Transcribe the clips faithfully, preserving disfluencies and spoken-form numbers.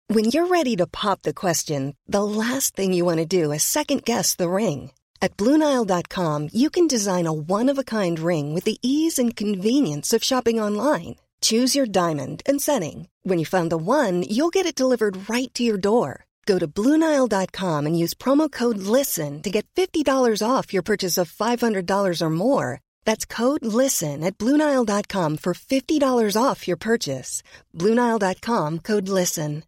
When you're ready to pop the question, the last thing you want to do is second-guess the ring. At Blue Nile dot com, you can design a one-of-a-kind ring with the ease and convenience of shopping online. Choose your diamond and setting. When you find the one, you'll get it delivered right to your door. Go to Blue Nile dot com and use promo code LISTEN to get fifty dollars off your purchase of five hundred dollars or more. That's code LISTEN at Blue Nile dot com for fifty dollars off your purchase. Blue Nile dot com, code LISTEN.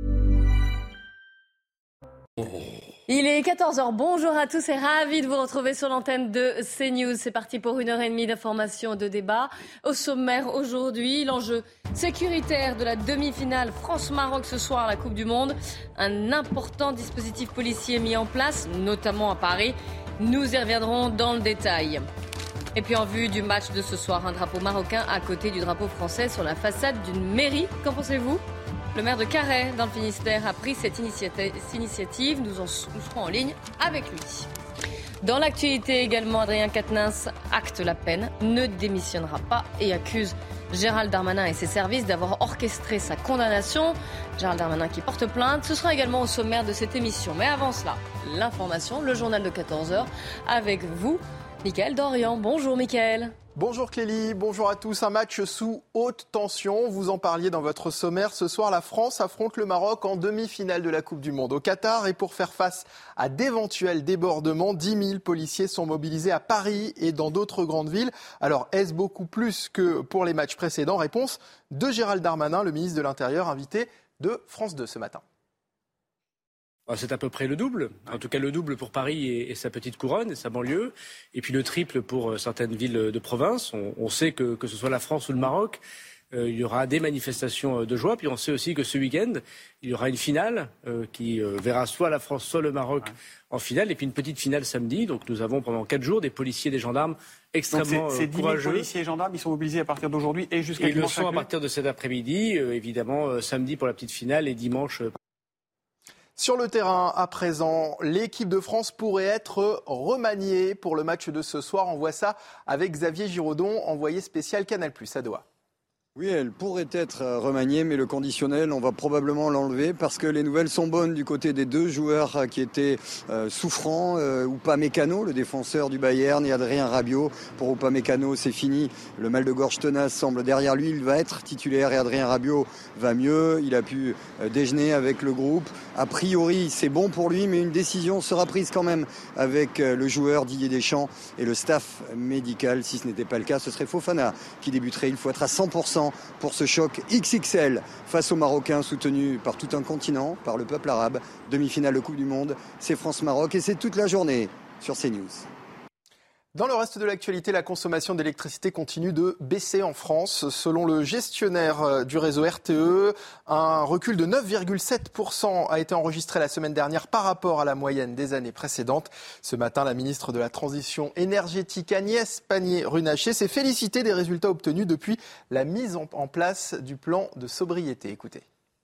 Il est quatorze heures, bonjour à tous et ravi de vous retrouver sur l'antenne de CNews. C'est parti pour une heure et demie d'informations et de débats. Au sommaire aujourd'hui, l'enjeu sécuritaire de la demi-finale France-Maroc ce soir à la Coupe du Monde. Un important dispositif policier mis en place, notamment à Paris. Nous y reviendrons dans le détail. Et puis en vue du match de ce soir, un drapeau marocain à côté du drapeau français sur la façade d'une mairie. Qu'en pensez-vous ? Le maire de Carhaix, dans le Finistère, a pris cette initiative. Nous, en, nous serons en ligne avec lui. Dans l'actualité également, Adrien Quatennens acte la peine, ne démissionnera pas et accuse Gérald Darmanin et ses services d'avoir orchestré sa condamnation. Gérald Darmanin qui porte plainte. Ce sera également au sommaire de cette émission. Mais avant cela, l'information, le journal de quatorze heures avec vous, Mickaël Dorian. Bonjour Mickaël. Bonjour Clélie, bonjour à tous. Un match sous haute tension. Vous en parliez dans votre sommaire. Ce soir, la France affronte le Maroc en demi-finale de la Coupe du Monde au Qatar. Et pour faire face à d'éventuels débordements, dix mille policiers sont mobilisés à Paris et dans d'autres grandes villes. Alors, est-ce beaucoup plus que pour les matchs précédents ? Réponse de Gérald Darmanin, le ministre de l'Intérieur, invité de France deux ce matin. C'est à peu près le double, en tout cas le double pour Paris et, et sa petite couronne et sa banlieue, et puis le triple pour euh, certaines villes de province. On, on sait que, que ce soit la France ou le Maroc, euh, il y aura des manifestations de joie, puis on sait aussi que ce week-end, il y aura une finale euh, qui euh, verra soit la France, soit le Maroc ouais. en finale, et puis une petite finale samedi. Donc nous avons pendant quatre jours des policiers et des gendarmes extrêmement Donc c'est, c'est euh, courageux. dix mille policiers et gendarmes, ils sont mobilisés à partir d'aujourd'hui et jusqu'à et dimanche. Ils le sont à partir de cet après-midi, euh, évidemment euh, samedi pour la petite finale et dimanche. Euh, Sur le terrain, à présent, l'équipe de France pourrait être remaniée pour le match de ce soir. On voit ça avec Xavier Giraudon, envoyé spécial Canal plus, à Doha. Oui, elle pourrait être remaniée, mais le conditionnel, on va probablement l'enlever parce que les nouvelles sont bonnes du côté des deux joueurs qui étaient euh, souffrants. Euh, Upamecano, le défenseur du Bayern, et Adrien Rabiot. Pour Upamecano, c'est fini. Le mal de gorge tenace semble derrière lui. Il va être titulaire et Adrien Rabiot va mieux. Il a pu euh, déjeuner avec le groupe. A priori, c'est bon pour lui, mais une décision sera prise quand même avec euh, le joueur Didier Deschamps et le staff médical. Si ce n'était pas le cas, ce serait Fofana qui débuterait. Il faut être à cent pour cent pour ce choc X X L face aux Marocains soutenus par tout un continent, par le peuple arabe. Demi-finale de Coupe du Monde, c'est France-Maroc et c'est toute la journée sur CNews. Dans le reste de l'actualité, la consommation d'électricité continue de baisser en France. Selon le gestionnaire du réseau R T E, un recul de neuf virgule sept pour cent a été enregistré la semaine dernière par rapport à la moyenne des années précédentes. Ce matin, la ministre de la Transition énergétique Agnès Pannier-Runacher s'est félicitée des résultats obtenus depuis la mise en place du plan de sobriété. Écoutez.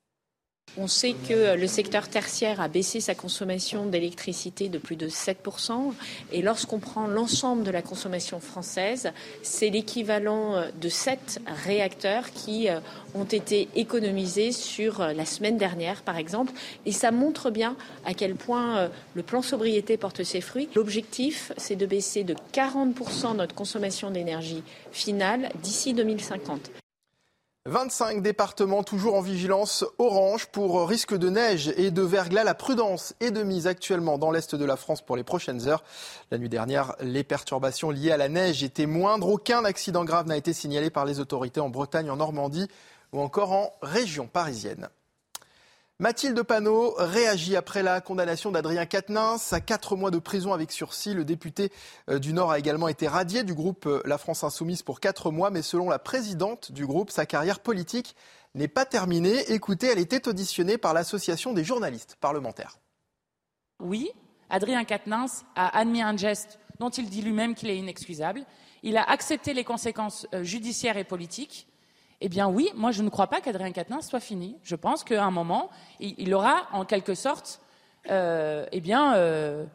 On sait que le secteur tertiaire a baissé sa consommation d'électricité de plus de sept pour cent. Et lorsqu'on prend l'ensemble de la consommation française, c'est l'équivalent de sept réacteurs qui ont été économisés sur la semaine dernière, par exemple. Et ça montre bien à quel point le plan sobriété porte ses fruits. L'objectif, c'est de baisser de quarante pour cent notre consommation d'énergie finale d'ici deux mille cinquante. vingt-cinq départements toujours en vigilance orange pour risque de neige et de verglas. La prudence est de mise actuellement dans l'est de la France pour les prochaines heures. La nuit dernière, les perturbations liées à la neige étaient moindres. Aucun accident grave n'a été signalé par les autorités en Bretagne, en Normandie ou encore en région parisienne. Mathilde Panot réagit après la condamnation d'Adrien Quatennens à quatre mois de prison avec sursis. Le député du Nord a également été radié du groupe La France Insoumise pour quatre mois. Mais selon la présidente du groupe, sa carrière politique n'est pas terminée. Écoutez, elle était auditionnée par l'Association des journalistes parlementaires. Oui, Adrien Quatennens a admis un geste dont il dit lui-même qu'il est inexcusable. Il a accepté les conséquences judiciaires et politiques. Eh bien oui, moi je ne crois pas qu'Adrien Quatennens soit fini. Je pense qu'à un moment, il aura en quelque sorte euh, eh bien, euh,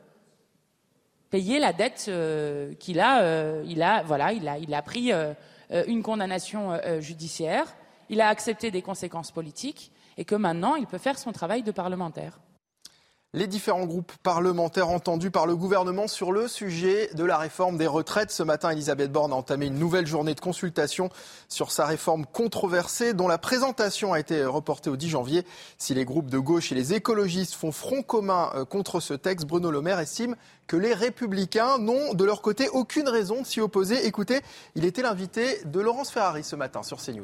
payé la dette euh, qu'il a. Euh, il a, voilà, il a, il a pris euh, une condamnation euh, judiciaire, il a accepté des conséquences politiques. et que maintenant, il peut faire son travail de parlementaire. Les différents groupes parlementaires entendus par le gouvernement sur le sujet de la réforme des retraites. Ce matin, Elisabeth Borne a entamé une nouvelle journée de consultation sur sa réforme controversée dont la présentation a été reportée au dix janvier. Si les groupes de gauche et les écologistes font front commun contre ce texte, Bruno Le Maire estime que les Républicains n'ont de leur côté aucune raison de s'y opposer. Écoutez, il était l'invité de Laurence Ferrari ce matin sur CNews.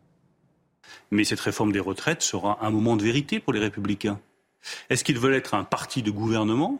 Mais cette réforme des retraites sera un moment de vérité pour les Républicains. Est-ce qu'ils veulent être un parti de gouvernement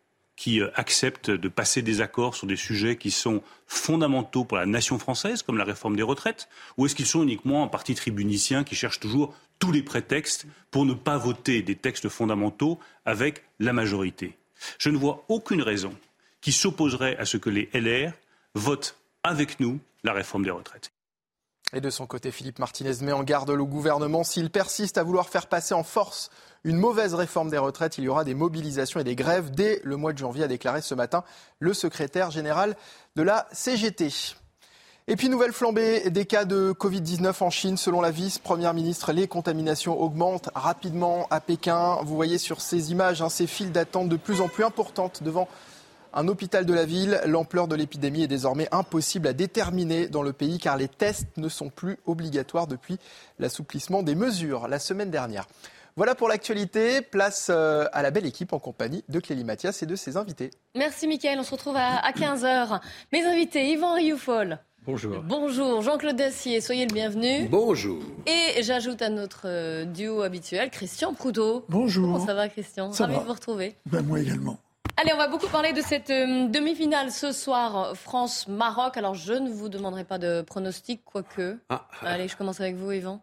qui accepte de passer des accords sur des sujets qui sont fondamentaux pour la nation française, comme la réforme des retraites, ou est-ce qu'ils sont uniquement un parti tribunicien qui cherche toujours tous les prétextes pour ne pas voter des textes fondamentaux avec la majorité ? Je ne vois aucune raison qui s'opposerait à ce que les L R votent avec nous la réforme des retraites. Et de son côté, Philippe Martinez met en garde le gouvernement. S'il persiste à vouloir faire passer en force une mauvaise réforme des retraites, il y aura des mobilisations et des grèves dès le mois de janvier, a déclaré ce matin le secrétaire général de la C G T. Et puis, nouvelle flambée des cas de covid dix-neuf en Chine. Selon la vice-première ministre, les contaminations augmentent rapidement à Pékin. Vous voyez sur ces images hein, ces files d'attente de plus en plus importantes devant un hôpital de la ville. L'ampleur de l'épidémie est désormais impossible à déterminer dans le pays car les tests ne sont plus obligatoires depuis l'assouplissement des mesures la semaine dernière. Voilà pour l'actualité. Place à la belle équipe en compagnie de Clélie Mathias et de ses invités. Merci Mickaël, on se retrouve à quinze heures. Mes invités, Yvan Rioufol. Bonjour. Bonjour, Jean-Claude Dacier, soyez le bienvenu. Bonjour. Et j'ajoute à notre duo habituel, Christian Proutot. Bonjour. Comment ça va Christian ? Ça Ravi va. de vous retrouver. Ben, moi également. Allez, on va beaucoup parler de cette euh, demi-finale ce soir, France-Maroc. Alors, je ne vous demanderai pas de pronostic, quoique. Ah. Allez, je commence avec vous, Yvan.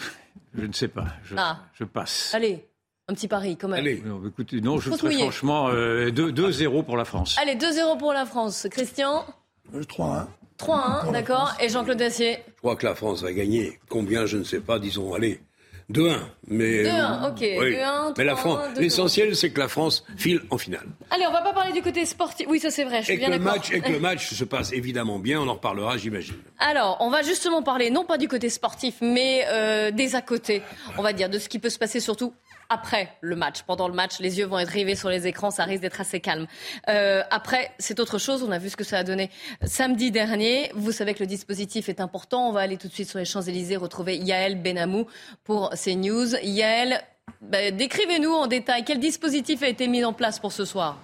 Je ne sais pas, je, ah. je passe. Allez, un petit pari, quand même. Allez, non, écoutez, non, je ferai franchement euh, deux zéro pour la France. Allez, deux zéro pour la France. Christian ? trois un. trois un, d'accord. Et Jean-Claude Dacier ? Je crois que la France va gagner. Combien, je ne sais pas, disons, allez. deux un, mais... deux un, ok. Oui. deux un, mais la France, un, l'essentiel, c'est que la France file en finale. Allez, on va pas parler du côté sportif. Oui, ça c'est vrai, je suis et bien que d'accord. Le match, et que le match se passe évidemment bien, on en reparlera, j'imagine. Alors, on va justement parler, non pas du côté sportif, mais euh, des à côté, on va dire, de ce qui peut se passer surtout après le match. Pendant le match, les yeux vont être rivés sur les écrans, ça risque d'être assez calme. Euh, après, c'est autre chose, on a vu ce que ça a donné samedi dernier. Vous savez que le dispositif est important. On va aller tout de suite sur les Champs-Élysées retrouver Yael Benamou pour CNews. Yael, bah, décrivez-nous en détail quel dispositif a été mis en place pour ce soir.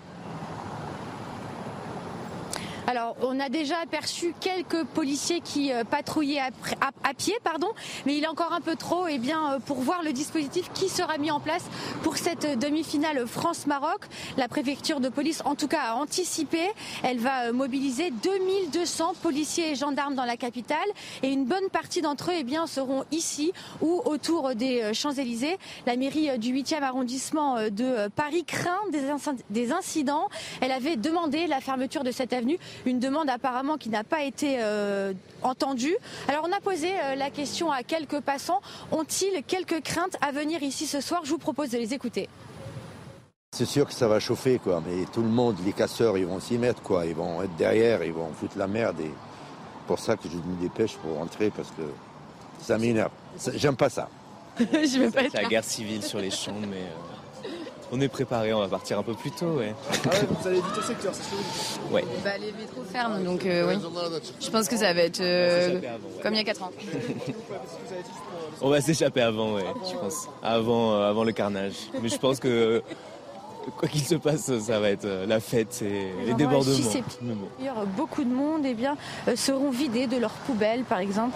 Alors, on a déjà aperçu quelques policiers qui euh, patrouillaient à, à, à pied, pardon, mais il est encore un peu trop eh bien, euh, pour voir le dispositif qui sera mis en place pour cette demi-finale France-Maroc. La préfecture de police, en tout cas, a anticipé. Elle va euh, mobiliser deux mille deux cents policiers et gendarmes dans la capitale et une bonne partie d'entre eux eh bien, seront ici ou autour des euh, Champs-Élysées. La mairie euh, du huitième arrondissement euh, de euh, Paris craint des, inc- des incidents. Elle avait demandé la fermeture de cette avenue. Une demande apparemment qui n'a pas été euh, entendue. Alors on a posé euh, la question à quelques passants. Ont-ils quelques craintes à venir ici ce soir ? Je vous propose de les écouter. C'est sûr que ça va chauffer, quoi. Mais tout le monde, les casseurs, ils vont s'y mettre, quoi. Ils vont être derrière, ils vont foutre la merde. Et c'est pour ça que je me dépêche pour rentrer, parce que ça m'énerve. J'aime pas ça. Je vais pas être la guerre civile sur les champs, mais... Euh... On est préparé, on va partir un peu plus tôt, ouais. Ah ouais, vous allez vite au secteur, c'est sûr. Ouais. Bah, les vitraux ferment, donc euh, oui. Je pense que ça va être euh, avant, ouais. Comme il y a quatre ans. On va s'échapper avant, ouais, je pense. Avant, euh, avant le carnage. Mais je pense que quoi qu'il se passe, ça va être la fête et les Alors, débordements. Si c'est pire, beaucoup de monde eh bien, euh, seront vidés de leurs poubelles, par exemple.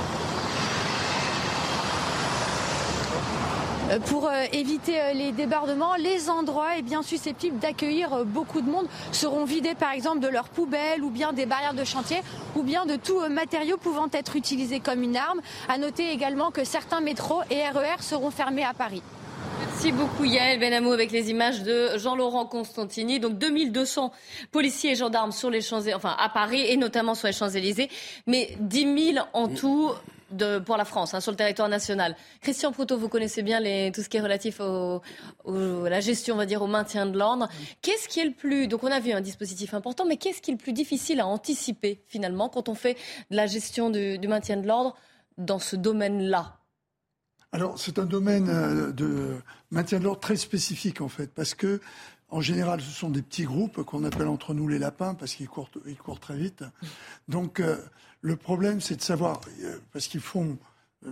Pour euh, éviter euh, les débordements, les endroits eh bien, susceptibles d'accueillir euh, beaucoup de monde seront vidés par exemple de leurs poubelles ou bien des barrières de chantier ou bien de tout euh, matériau pouvant être utilisé comme une arme. À noter également que certains métros et R E R seront fermés à Paris. Merci beaucoup Yael Benamou avec les images de Jean-Laurent Constantini. Donc deux mille deux cents policiers et gendarmes sur les Champs-Élysées, enfin à Paris et notamment sur les Champs-Élysées, mais dix mille en tout. De, pour la France, hein, sur le territoire national. Christian Proutot, vous connaissez bien les, tout ce qui est relatif au, au, à la gestion, on va dire, au maintien de l'ordre. Qu'est-ce qui est le plus... Donc on a vu un dispositif important, mais qu'est-ce qui est le plus difficile à anticiper, finalement, quand on fait de la gestion du, du maintien de l'ordre dans ce domaine-là ? Alors, c'est un domaine de maintien de l'ordre très spécifique, en fait, parce que, en général, ce sont des petits groupes qu'on appelle entre nous les lapins, parce qu'ils courent, ils courent très vite. Donc, euh, le problème, c'est de savoir, euh, parce qu'ils font... Euh,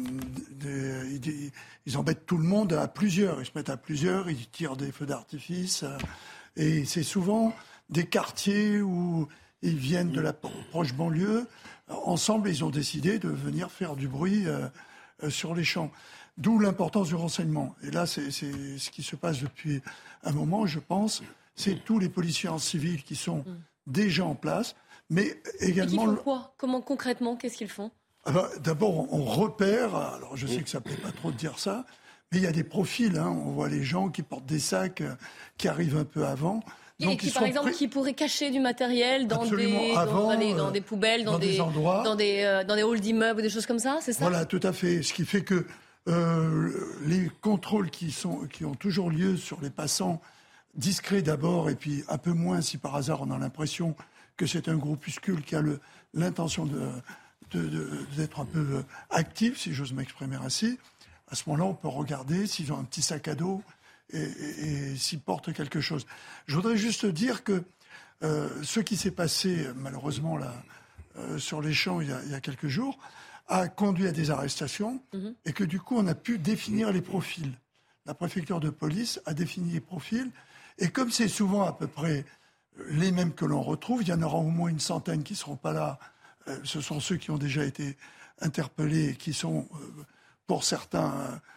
des, ils, ils embêtent tout le monde à plusieurs. Ils se mettent à plusieurs, ils tirent des feux d'artifice. Euh, et c'est souvent des quartiers où ils viennent de la proche banlieue. Ensemble, ils ont décidé de venir faire du bruit euh, euh, sur les champs. D'où l'importance du renseignement. Et là, c'est, c'est ce qui se passe depuis un moment, je pense. C'est tous les policiers en civil qui sont mmh. déjà en place, mais également... Et qui font quoi ? Comment, concrètement, qu'est-ce qu'ils font ? Alors, d'abord, on repère, alors je sais que ça ne plaît pas trop de dire ça, mais il y a des profils. Hein, on voit les gens qui portent des sacs, euh, qui arrivent un peu avant. Donc, et qui, par exemple, pré... qui pourraient cacher du matériel dans, des, avant, dans, les, dans des poubelles, dans, dans des, des endroits, dans des, euh, dans des halls d'immeubles, des choses comme ça, c'est ça ? Voilà, tout à fait. Ce qui fait que euh, les contrôles qui, sont, qui ont toujours lieu sur les passants, discrets d'abord, et puis un peu moins si par hasard on a l'impression que c'est un groupuscule qui a le, l'intention de, de, de, d'être un peu actif, si j'ose m'exprimer ainsi. À ce moment-là, on peut regarder s'ils ont un petit sac à dos et, et, et s'ils portent quelque chose. Je voudrais juste dire que euh, ce qui s'est passé, malheureusement, là, euh, sur les champs il y, a, il y a quelques jours, a conduit à des arrestations mmh. et que du coup, on a pu définir les profils. La préfecture de police a défini les profils et comme c'est souvent à peu près les mêmes que l'on retrouve, il y en aura au moins une centaine qui ne seront pas là. Euh, ce sont ceux qui ont déjà été interpellés et qui sont, euh, pour certains,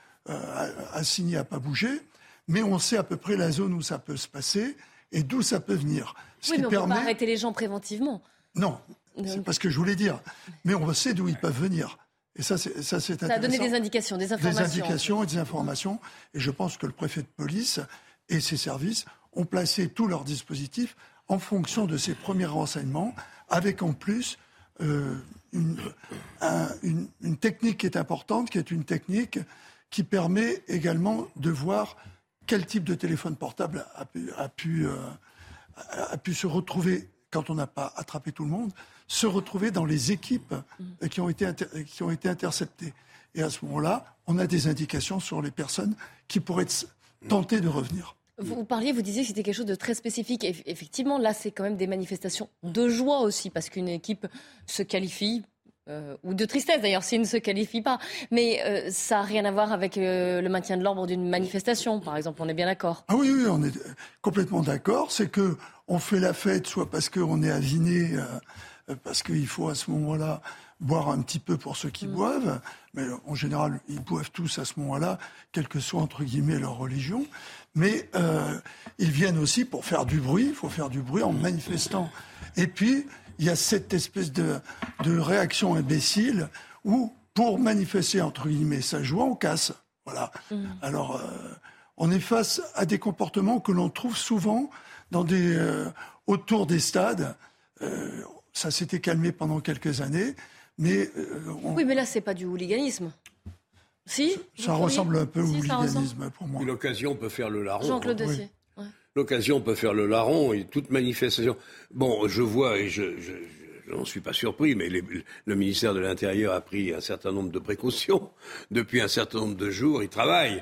euh, assignés à ne pas bouger. Mais on sait à peu près la zone où ça peut se passer et d'où ça peut venir. Ce oui, qui mais on permet... ne peut pas arrêter les gens préventivement. Non, Donc... c'est pas ce que je voulais dire. Mais on sait d'où ils peuvent venir. Et ça, c'est, ça, c'est intéressant. Ça a donné des indications, des informations. Des indications et des informations. Et je pense que le préfet de police et ses services ont placé tous leurs dispositifs en fonction de ces premiers renseignements, avec en plus euh, une, un, une, une technique qui est importante, qui est une technique qui permet également de voir quel type de téléphone portable a pu, a pu, euh, a pu se retrouver, quand on n'a pas attrapé tout le monde, se retrouver dans les équipes qui ont été, inter- qui ont été interceptées. Et à ce moment-là, on a des indications sur les personnes qui pourraient tenter de revenir. Vous parliez, vous disiez que c'était quelque chose de très spécifique. Et effectivement, là, c'est quand même des manifestations de joie aussi, parce qu'une équipe se qualifie, euh, ou de tristesse d'ailleurs, s'il ne se qualifie pas. Mais euh, ça n'a rien à voir avec euh, le maintien de l'ordre d'une manifestation, par exemple. On est bien d'accord ? Ah oui, oui, on est complètement d'accord. C'est qu'on fait la fête, soit parce qu'on est aviné, euh, parce qu'il faut à ce moment-là boire un petit peu pour ceux qui mmh. boivent. Mais en général, ils boivent tous à ce moment-là, quelle que soit, entre guillemets, leur religion. Mais euh, ils viennent aussi pour faire du bruit. Il faut faire du bruit en manifestant. Et puis, il y a cette espèce de, de réaction imbécile où, pour manifester, entre guillemets, sa joie, on casse. Voilà. Mmh. Alors, euh, on est face à des comportements que l'on trouve souvent dans des, euh, autour des stades. Euh, ça s'était calmé pendant quelques années. Mais, euh, on... Oui, mais là, c'est pas du hooliganisme. Si, ça ça ressemble un peu si, au hooliganisme pour moi. L'occasion peut faire le larron. Jean-Claude Dessier. Oui. Ouais. L'occasion peut faire le larron et toute manifestation. Bon, je vois, et je, je, je n'en suis pas surpris, mais les, le ministère de l'Intérieur a pris un certain nombre de précautions. Depuis un certain nombre de jours, il travaille.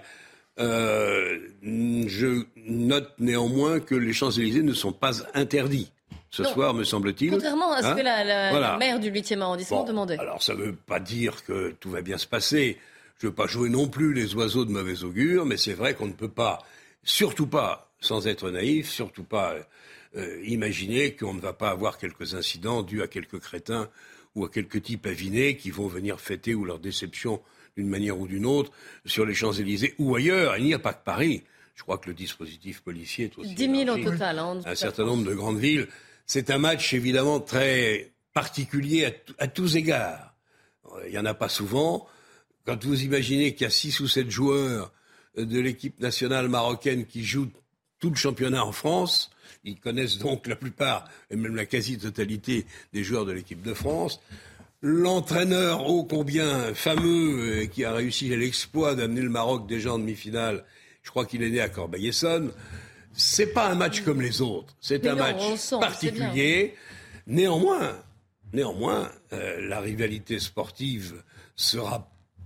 Euh, je note néanmoins que les Champs-Élysées ne sont pas interdits. Ce non. soir, me semble-t-il. Contrairement à ce hein que la, la, voilà. la maire du huitième arrondissement bon, demandait. Alors, ça ne veut pas dire que tout va bien se passer. Je ne veux pas jouer non plus les oiseaux de mauvais augure, mais c'est vrai qu'on ne peut pas, surtout pas, sans être naïf, surtout pas euh, imaginer qu'on ne va pas avoir quelques incidents dus à quelques crétins ou à quelques types avinés qui vont venir fêter ou leur déception d'une manière ou d'une autre sur les Champs-Élysées ou ailleurs. Il n'y a pas que Paris. Je crois que le dispositif policier est aussi dix mille au total. Hein, un certain nombre de grandes villes. C'est un match évidemment très particulier à, t- à tous égards. Il n'y en a pas souvent. Quand vous imaginez qu'il y a six ou sept joueurs de l'équipe nationale marocaine qui jouent tout le championnat en France, ils connaissent donc la plupart, et même la quasi-totalité des joueurs de l'équipe de France. L'entraîneur ô combien fameux qui a réussi l'exploit d'amener le Maroc déjà en demi-finale, je crois qu'il est né à Corbeil-Essonnes. C'est pas un match comme les autres. C'est Mais un non, match sent, particulier. Néanmoins, néanmoins, euh, la rivalité sportive sera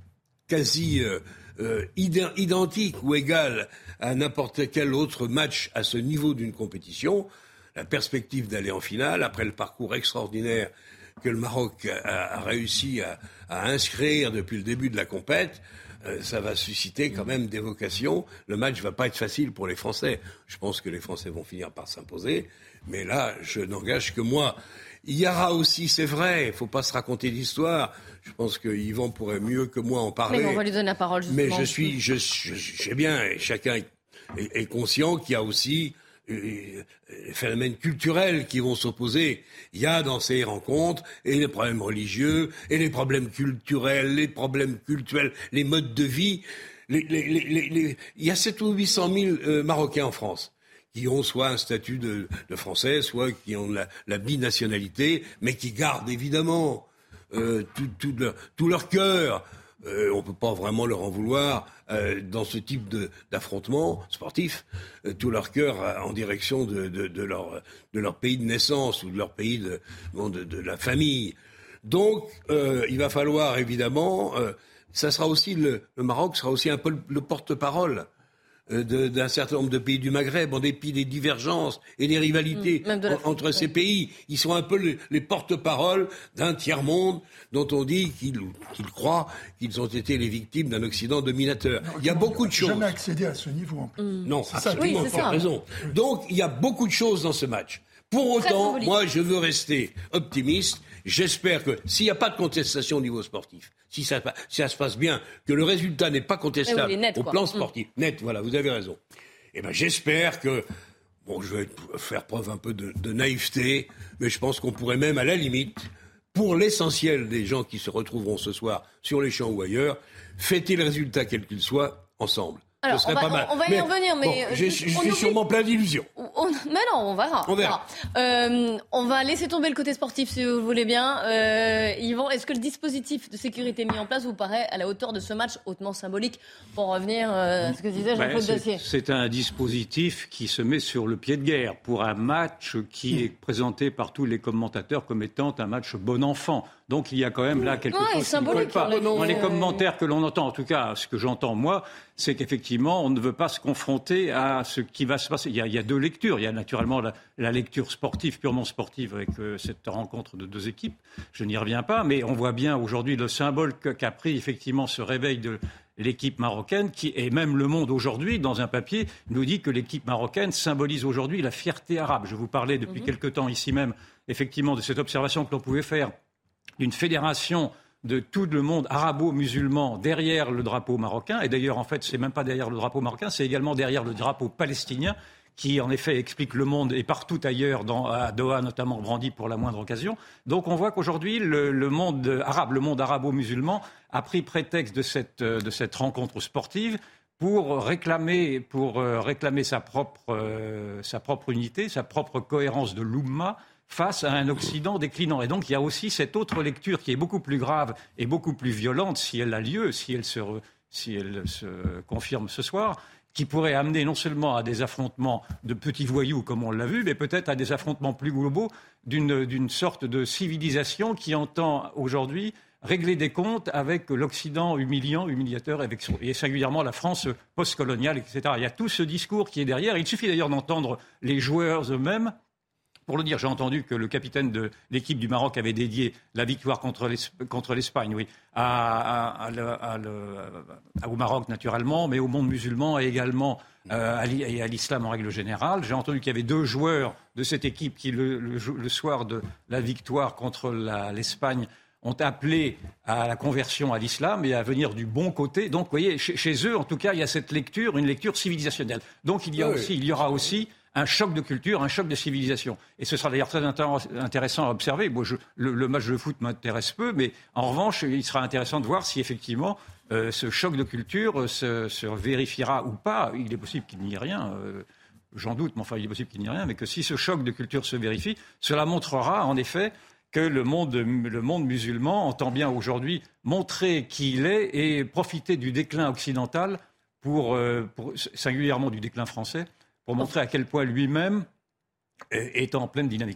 quasi euh, euh, ident- identique ou égal à n'importe quel autre match à ce niveau d'une compétition. La perspective d'aller en finale, après le parcours extraordinaire que le Maroc a, a réussi à, à inscrire depuis le début de la compète, euh, ça va susciter quand même des vocations. Le match ne va pas être facile pour les Français. Je pense que les Français vont finir par s'imposer. Mais là, je n'engage que moi. Il y aura aussi, c'est vrai, il ne faut pas se raconter d'histoire. Je pense que Yvan pourrait mieux que moi en parler. Mais on va lui donner la parole, justement. Mais je suis, je, je, je sais bien, et chacun est, est, est conscient qu'il y a aussi les phénomènes culturels qui vont s'opposer. Il y a dans ces rencontres et les problèmes religieux, et les problèmes culturels, les problèmes cultuels, les modes de vie. Les, les, les, les, les... Il y a sept ou huit cent mille euh, Marocains en France qui ont soit un statut de, de Français, soit qui ont la, la binationalité, mais qui gardent évidemment euh, tout, tout, leur, tout leur cœur. Euh, on ne peut pas vraiment leur en vouloir euh, dans ce type de, d'affrontement sportif, euh, tout leur cœur euh, en direction de, de, de, leur, de leur pays de naissance ou de leur pays de, bon, de, de la famille. Donc, euh, il va falloir évidemment, euh, ça sera aussi le, le Maroc sera aussi un peu le, le porte-parole De, d'un certain nombre de pays du Maghreb, en dépit des divergences et des rivalités mmh, de en, entre ces pays. Ils sont un peu les, les porte-paroles d'un tiers-monde dont on dit qu'ils, qu'ils croient qu'ils ont été les victimes d'un Occident dominateur. Non, il y a beaucoup de choses. Jamais accédé à ce niveau en plus. Mmh. Non, c'est absolument, tu as raison. Donc, il y a beaucoup de choses dans ce match. Pour autant, moi, je veux rester optimiste. J'espère que s'il n'y a pas de contestation au niveau sportif, si ça, si ça se passe bien, que le résultat n'est pas contestable oui, net, au quoi. plan sportif, mmh. net, voilà, vous avez raison. Eh ben, j'espère que, bon, je vais faire preuve un peu de, de naïveté, mais je pense qu'on pourrait même, à la limite, pour l'essentiel des gens qui se retrouveront ce soir sur les champs ou ailleurs, fêter le résultat quel qu'il soit, ensemble. Alors, ce serait on va, pas mal. On va y mais, revenir, mais... Bon, j'ai, je suis sûrement plein d'illusions. On, mais non, on verra. On verra. Euh, on va laisser tomber le côté sportif, si vous voulez bien. Euh, Yvan, est-ce que le dispositif de sécurité mis en place vous paraît à la hauteur de ce match hautement symbolique? Pour revenir euh, à ce que disait Jean-Claude ben, Dacier. C'est un dispositif qui se met sur le pied de guerre pour un match qui mmh. est présenté par tous les commentateurs comme étant un match bon enfant. Donc il y a quand même là quelque ouais, chose qui ne colle pas. Dans les commentaires que l'on entend, en tout cas ce que j'entends moi, c'est qu'effectivement on ne veut pas se confronter à ce qui va se passer. Il y a, il y a deux lectures. Il y a naturellement la, la lecture sportive, purement sportive, avec euh, cette rencontre de deux équipes. Je n'y reviens pas, mais on voit bien aujourd'hui le symbole qu'a pris effectivement ce réveil de l'équipe marocaine, qui, et même Le Monde aujourd'hui, dans un papier, nous dit que l'équipe marocaine symbolise aujourd'hui la fierté arabe. Je vous parlais depuis mmh. quelque temps ici même, effectivement, de cette observation que l'on pouvait faire d'une fédération de tout le monde arabo-musulman derrière le drapeau marocain. Et d'ailleurs, en fait, c'est même pas derrière le drapeau marocain, c'est également derrière le drapeau palestinien, qui, en effet, explique le monde et partout ailleurs, dans, à Doha notamment, brandi pour la moindre occasion. Donc on voit qu'aujourd'hui, le, le monde arabe, le monde arabo-musulman, a pris prétexte de cette, de cette rencontre sportive pour réclamer, pour réclamer sa propre, euh, sa propre unité, sa propre cohérence de l'Oumma, face à un Occident déclinant. Et donc, il y a aussi cette autre lecture qui est beaucoup plus grave et beaucoup plus violente, si elle a lieu, si elle se, si elle se confirme ce soir, qui pourrait amener non seulement à des affrontements de petits voyous, comme on l'a vu, mais peut-être à des affrontements plus globaux d'une, d'une sorte de civilisation qui entend aujourd'hui régler des comptes avec l'Occident humiliant, humiliateur, avec, et singulièrement la France postcoloniale, et cetera. Il y a tout ce discours qui est derrière. Il suffit d'ailleurs d'entendre les joueurs eux-mêmes. Pour le dire, j'ai entendu que le capitaine de l'équipe du Maroc avait dédié la victoire contre, l'Esp- contre l'Espagne, oui, à, à, à, le, à, le, à, au Maroc naturellement, mais au monde musulman et également euh, à, et à l'islam en règle générale. J'ai entendu qu'il y avait deux joueurs de cette équipe qui, le, le, le soir de la victoire contre la, l'Espagne, ont appelé à la conversion à l'islam et à venir du bon côté. Donc, vous voyez, chez, chez eux, en tout cas, il y a cette lecture, une lecture civilisationnelle. Donc, il y a oui. aussi, il y aura aussi un choc de culture, un choc de civilisation. Et ce sera d'ailleurs très intéressant à observer. Moi, je, le, le match de foot m'intéresse peu, mais en revanche, il sera intéressant de voir si effectivement euh, ce choc de culture se, se vérifiera ou pas. Il est possible qu'il n'y ait rien. Euh, j'en doute, mais enfin, il est possible qu'il n'y ait rien. Mais que si ce choc de culture se vérifie, cela montrera en effet que le monde, le monde musulman entend bien aujourd'hui montrer qui il est et profiter du déclin occidental, pour, euh, pour, singulièrement du déclin français, pour montrer à quel point lui-même est en pleine dynamique.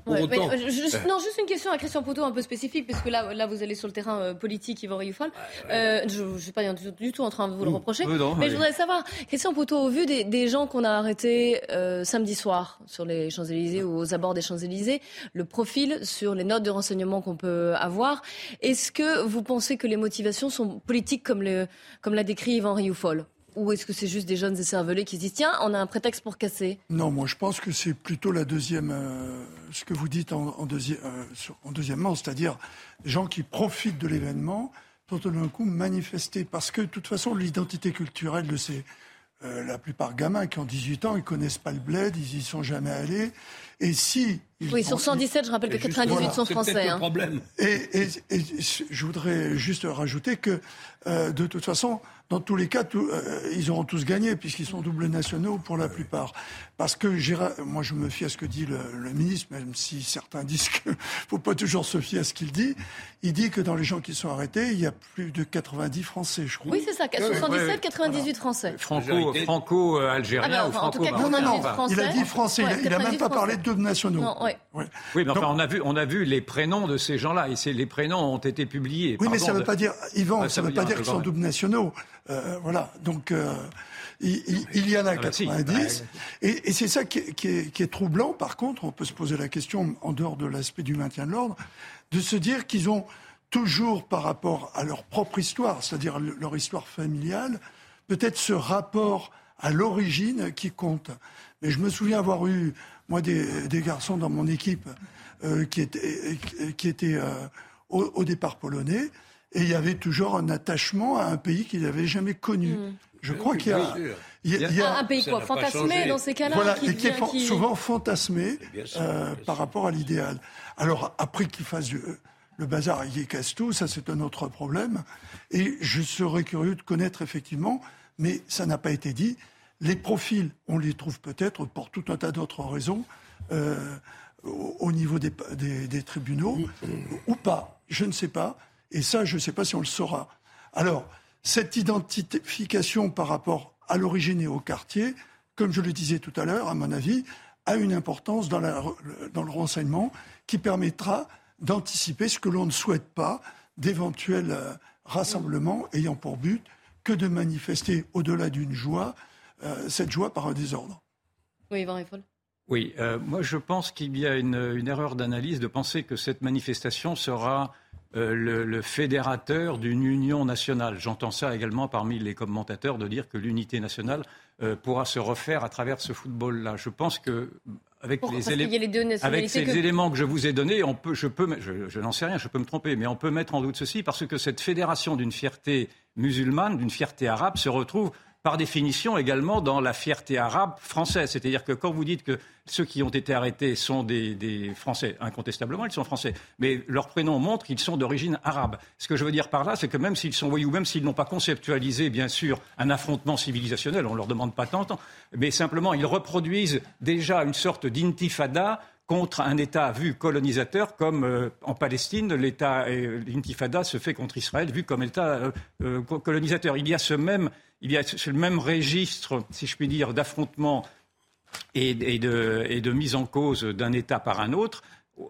Pour Ouais, autant... mais, juste, non, juste une question à Christian Poteau un peu spécifique, parce que là, là vous allez sur le terrain euh, politique, Yvan Rioufol. Ouais, ouais. euh, je ne suis pas du, du tout en train de vous le reprocher, oui, non, mais oui. je voudrais savoir, Christian Poteau, au vu des, des gens qu'on a arrêtés euh, samedi soir sur les Champs-Élysées ou aux abords des Champs-Élysées, le profil sur les notes de renseignement qu'on peut avoir, est-ce que vous pensez que les motivations sont politiques comme, le, comme l'a décrit Yvan Rioufol ? Ou est-ce que c'est juste des jeunes écervelés qui se disent « Tiens, on a un prétexte pour casser » ? Non, moi je pense que c'est plutôt la deuxième, euh, ce que vous dites en, en, deuxi- euh, sur, en deuxièmement, c'est-à-dire des gens qui profitent de l'événement pour tout d'un coup manifester. Parce que de toute façon, l'identité culturelle de ces... Euh, la plupart gamins qui ont dix-huit ans, ils connaissent pas le bled, ils y sont jamais allés. Et si... Oui, sur cent dix-sept, je rappelle que quatre-vingt-dix-huit voilà, sont français. C'est hein. le problème. Et, et, et je voudrais juste rajouter que, euh, de toute façon, dans tous les cas, tout, euh, ils auront tous gagné, puisqu'ils sont doubles nationaux pour la plupart. Parce que, moi, je me fie à ce que dit le, le ministre, même si certains disent qu'il ne faut pas toujours se fier à ce qu'il dit. Il dit que dans les gens qui sont arrêtés, il y a plus de quatre-vingt-dix Français, je crois. Oui, c'est ça, soixante-dix-sept, quatre-vingt-dix-huit Français. Franco, franco-algérien ah ben, ou franco Non, non, non, il a dit français, ouais, il n'a même pas parlé de doubles nationaux. Non, ouais. Ouais. Oui, mais enfin, Donc, on, a vu, on a vu les prénoms de ces gens-là, et c'est, les prénoms ont été publiés. Oui, Pardon, mais ça ne veut de... pas dire, Yvan, ah, ça ne veut pas dire qu'ils sont même. doubles nationaux. Euh, voilà, donc euh, il, il, il y en a quatre-vingt-dix, et, et c'est ça qui est, qui, est, qui est troublant. Par contre, on peut se poser la question, en dehors de l'aspect du maintien de l'ordre, de se dire qu'ils ont toujours, par rapport à leur propre histoire, c'est-à-dire leur histoire familiale, peut-être ce rapport à l'origine qui compte. Mais je me souviens avoir eu, moi, des, des garçons dans mon équipe euh, qui étaient, qui étaient euh, au, au départ polonais, et il y avait toujours un attachement à un pays qu'ils n'avaient jamais connu. Mmh. Je crois oui, qu'il y a, il y a, il y a un pays quoi, fantasmé dans ces cas-là, voilà, qui et qui est qui... souvent fantasmé sûr, euh, par rapport à l'idéal. Alors après qu'ils fassent du, le bazar, ils cassent tout, ça c'est un autre problème. Et je serais curieux de connaître effectivement, mais ça n'a pas été dit. Les profils, on les trouve peut-être pour tout un tas d'autres raisons euh, au, au niveau des, des, des tribunaux ou pas, je ne sais pas. Et ça, je ne sais pas si on le saura. Alors, cette identification par rapport à l'origine et au quartier, comme je le disais tout à l'heure, à mon avis, a une importance dans, la, dans le renseignement qui permettra d'anticiper ce que l'on ne souhaite pas, d'éventuels rassemblements ayant pour but que de manifester, au-delà d'une joie, euh, cette joie par un désordre. Oui, Yvan Rioufol. Oui, euh, moi je pense qu'il y a une, une erreur d'analyse de penser que cette manifestation sera euh, le, le fédérateur d'une union nationale. J'entends ça également parmi les commentateurs de dire que l'unité nationale euh, pourra se refaire à travers ce football-là. Je pense que avec Pourquoi les, élé- les avec ces que... éléments que je vous ai donnés, on peut, je, peux, je, je n'en sais rien, je peux me tromper, mais on peut mettre en doute ceci parce que cette fédération d'une fierté musulmane, d'une fierté arabe, se retrouve par définition également dans la fierté arabe française. C'est-à-dire que quand vous dites que ceux qui ont été arrêtés sont des, des Français, incontestablement ils sont Français, mais leur prénom montre qu'ils sont d'origine arabe. Ce que je veux dire par là, c'est que même s'ils sont voyous, même s'ils n'ont pas conceptualisé, bien sûr, un affrontement civilisationnel, on ne leur demande pas tant, mais simplement ils reproduisent déjà une sorte d'intifada contre un État vu colonisateur comme euh, en Palestine, l'État, euh, l'intifada se fait contre Israël vu comme État euh, euh, colonisateur. Il y a ce même, il y a ce même registre, si je puis dire, d'affrontement et, et, de, et de mise en cause d'un État par un autre.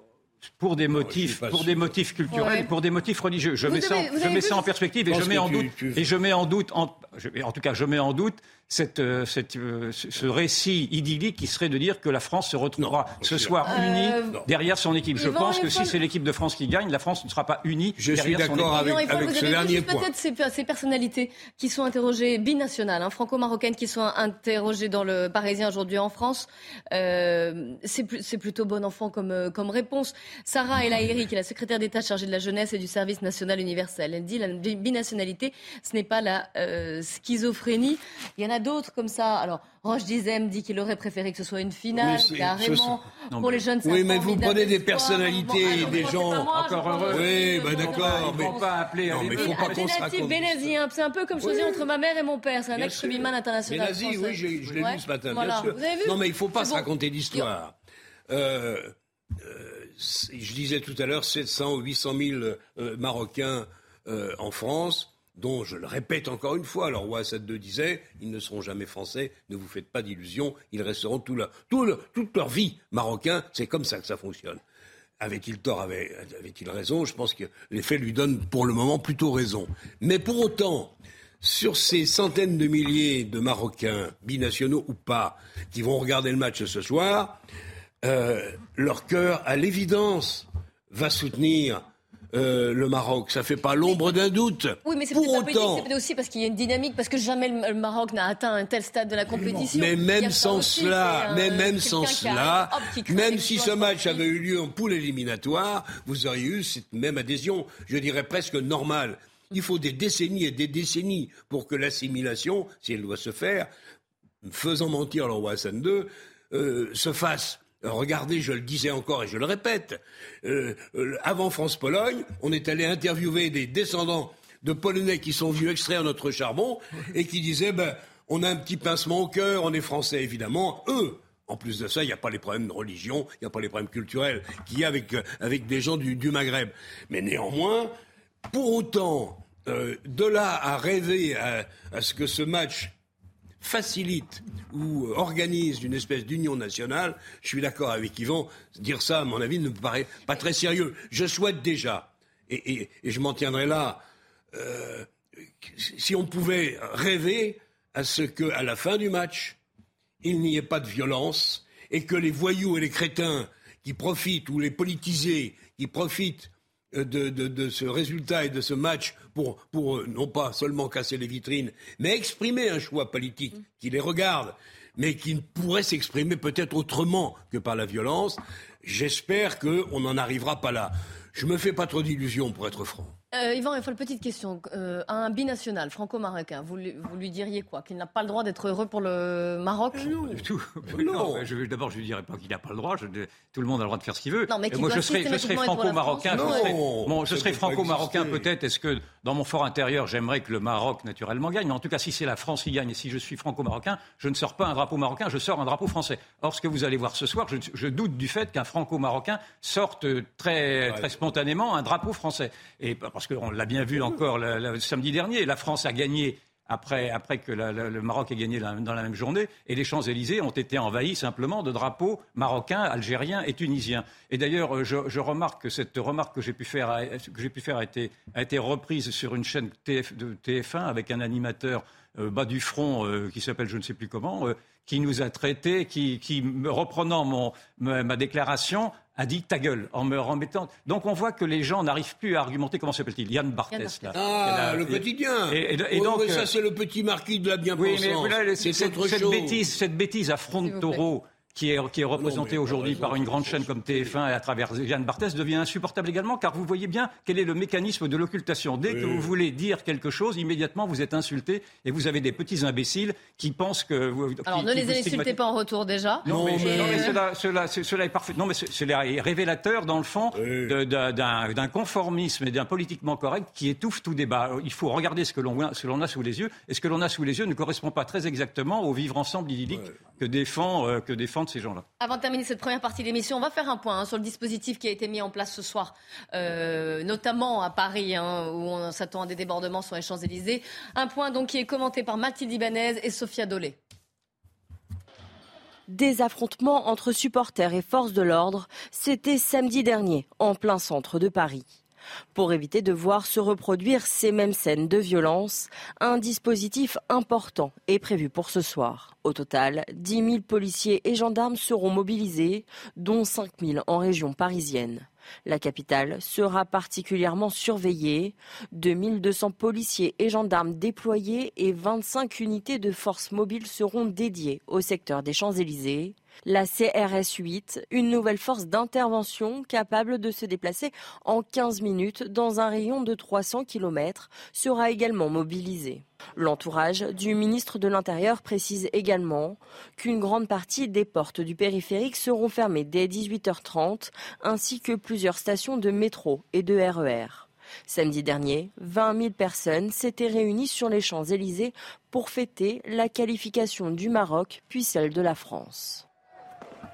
Pour des motifs, non, pour des motifs culturels, ouais. pour des motifs religieux. Je vous mets, avez, ça, je mets ça en perspective et je mets en tu, doute, tu... et je mets en doute, en, je, en tout cas, je mets en doute cette, cette, ce récit idyllique qui serait de dire que la France se retrouvera non, ce soir euh... unie derrière son équipe. Je pense que si c'est l'équipe de France qui gagne, la France ne sera pas unie je derrière son équipe. Je suis d'accord avec, avec vous ce avez dernier vu point. Peut-être ces, ces personnalités qui sont interrogées binationales, hein, franco-marocaines, qui sont interrogées dans le Parisien aujourd'hui en France. Euh, c'est, c'est plutôt bon enfant comme, comme réponse. Sarah El Haïry, qui est la secrétaire d'État chargée de la jeunesse et du service national universel. Elle dit la binationalité, ce n'est pas la euh, schizophrénie. Il y en a d'autres comme ça. Alors, Roche Dizem dit qu'il aurait préféré que ce soit une finale, oui, carrément. Ce... Pour les jeunes, c'est oui, mais vous prenez des personnalités, bon, des gens moi, encore heureux. Oui, bah d'accord, mais il ne faut pas appeler. Non, mais il faut pas qu'on se raconte. Benazi, hein, c'est un peu comme choisir oui. entre ma mère et mon père. C'est un ex-rugbyman international. Benazi, oui, je, je l'ai ouais. vu ce matin, voilà. bien sûr. Vous avez vu non, mais il ne faut pas c'est se bon. raconter d'histoire. Euh, euh, je disais tout à l'heure sept cents ou huit cent mille euh, Marocains euh, en France. dont, je le répète encore une fois, le roi Hassan deux disait, ils ne seront jamais français, ne vous faites pas d'illusions, ils resteront tout leur, tout le, toute leur vie marocains, c'est comme ça que ça fonctionne. Avait-il tort, avait, avait-il raison? Je pense que les faits lui donnent pour le moment plutôt raison. Mais pour autant, sur ces centaines de milliers de Marocains, binationaux ou pas, qui vont regarder le match ce soir, euh, leur cœur, à l'évidence, va soutenir Euh, le Maroc, ça fait pas l'ombre d'un doute. Oui, mais c'est pour peut-être autant. pas politique, c'est aussi parce qu'il y a une dynamique, parce que jamais le Maroc n'a atteint un tel stade de la compétition. Mais même sans cela, mais même sans cela, même si ce match avait eu lieu en poule éliminatoire, vous auriez eu cette même adhésion, je dirais presque normale. Il faut des décennies et des décennies pour que l'assimilation, si elle doit se faire, faisant mentir le roi Hassan deux, euh, se fasse. Regardez, je le disais encore et je le répète, euh, euh, avant France-Pologne, on est allé interviewer des descendants de Polonais qui sont venus extraire notre charbon et qui disaient ben, on a un petit pincement au cœur, on est français évidemment. Eux, en plus de ça, il n'y a pas les problèmes de religion, il n'y a pas les problèmes culturels qu'il y a avec, euh, avec des gens du, du Maghreb. Mais néanmoins, pour autant, euh, de là à rêver à, à ce que ce match facilite ou organise une espèce d'union nationale, je suis d'accord avec Yvan, dire ça, à mon avis, ne me paraît pas très sérieux. Je souhaite déjà, et, et, et je m'en tiendrai là, euh, si on pouvait rêver à ce qu'à la fin du match, il n'y ait pas de violence et que les voyous et les crétins qui profitent, ou les politisés qui profitent De, de, de ce résultat et de ce match pour, pour non pas seulement casser les vitrines, mais exprimer un choix politique qui les regarde, mais qui ne pourrait s'exprimer peut-être autrement que par la violence. J'espère qu'on n'en arrivera pas là. Je me fais pas trop d'illusions, pour être franc. Euh, Yvan, il faut une petite question. Euh, à un binational franco-marocain, vous, lui, vous lui diriez quoi? Qu'il n'a pas le droit d'être heureux pour le Maroc? Non, pas du tout. Non. Non, je, d'abord, je ne lui dirais pas qu'il n'a pas le droit. Je, tout le monde a le droit de faire ce qu'il veut. Non, mais moi, je serais, je serais franco-marocain. Je serais, bon, je serais franco-marocain peut-être. Est-ce que dans mon fort intérieur, j'aimerais que le Maroc naturellement gagne? Mais en tout cas, si c'est la France qui gagne et si je suis franco-marocain, je ne sors pas un drapeau marocain, je sors un drapeau français. Or, ce que vous allez voir ce soir, je, je doute du fait qu'un franco-marocain sorte très, très spontanément un drapeau français. Et parce qu'on l'a bien vu encore le, le samedi dernier, la France a gagné après, après que la, la, le Maroc ait gagné la, dans la même journée, et les Champs-Élysées ont été envahis simplement de drapeaux marocains, algériens et tunisiens. Et d'ailleurs, je, je remarque que cette remarque que j'ai pu faire, a, que j'ai pu faire a, été, a été reprise sur une chaîne T F, de T F un avec un animateur euh, bas du front euh, qui s'appelle je ne sais plus comment, euh, qui nous a traités, qui, qui reprenant mon, ma, ma déclaration, a dit ta gueule en me remettant. Donc on voit que les gens n'arrivent plus à argumenter. Comment s'appelle-t-il? Yann Barthès. Là. Ah, là, le quotidien. Et, et, et oh, donc, mais ça, c'est le petit marquis de la bien-pensance. Oui, mais voilà, c'est cette, autre cette chose. bêtise, cette bêtise à front de taureau qui est, qui est représentée non, aujourd'hui raison, par une grande chaîne comme T F un et à travers Yann Barthès devient insupportable également, car vous voyez bien quel est le mécanisme de l'occultation. Dès oui. que vous voulez dire quelque chose, immédiatement vous êtes insulté et vous avez des petits imbéciles qui pensent que vous... Alors qui, ne les insultez pas en retour déjà. Non, non mais, mais, non, mais euh... cela, cela, cela est parfait. Non, mais cela est révélateur dans le fond oui. de, de, d'un, d'un conformisme et d'un politiquement correct qui étouffe tout débat. Il faut regarder ce que l'on, ce que l'on a sous les yeux, et ce que l'on a sous les yeux ne correspond pas très exactement au vivre ensemble idyllique oui. que, défend, euh, que défendent ces gens-là. Avant de terminer cette première partie de l'émission, on va faire un point hein, sur le dispositif qui a été mis en place ce soir, euh, notamment à Paris, hein, où on s'attend à des débordements sur les Champs-Élysées. Un point donc qui est commenté par Mathilde Ibanez et Sophia Dolé. Des affrontements entre supporters et forces de l'ordre, c'était samedi dernier, en plein centre de Paris. Pour éviter de voir se reproduire ces mêmes scènes de violence, un dispositif important est prévu pour ce soir. Au total, dix mille policiers et gendarmes seront mobilisés, dont cinq mille en région parisienne. La capitale sera particulièrement surveillée. deux mille deux cents policiers et gendarmes déployés et vingt-cinq unités de forces mobiles seront dédiées au secteur des Champs-Élysées. La C R S huit, une nouvelle force d'intervention capable de se déplacer en quinze minutes dans un rayon de trois cents kilomètres, sera également mobilisée. L'entourage du ministre de l'Intérieur précise également qu'une grande partie des portes du périphérique seront fermées dès dix-huit heures trente, ainsi que plusieurs stations de métro et de R E R. Samedi dernier, vingt mille personnes s'étaient réunies sur les Champs-Élysées pour fêter la qualification du Maroc, puis celle de la France.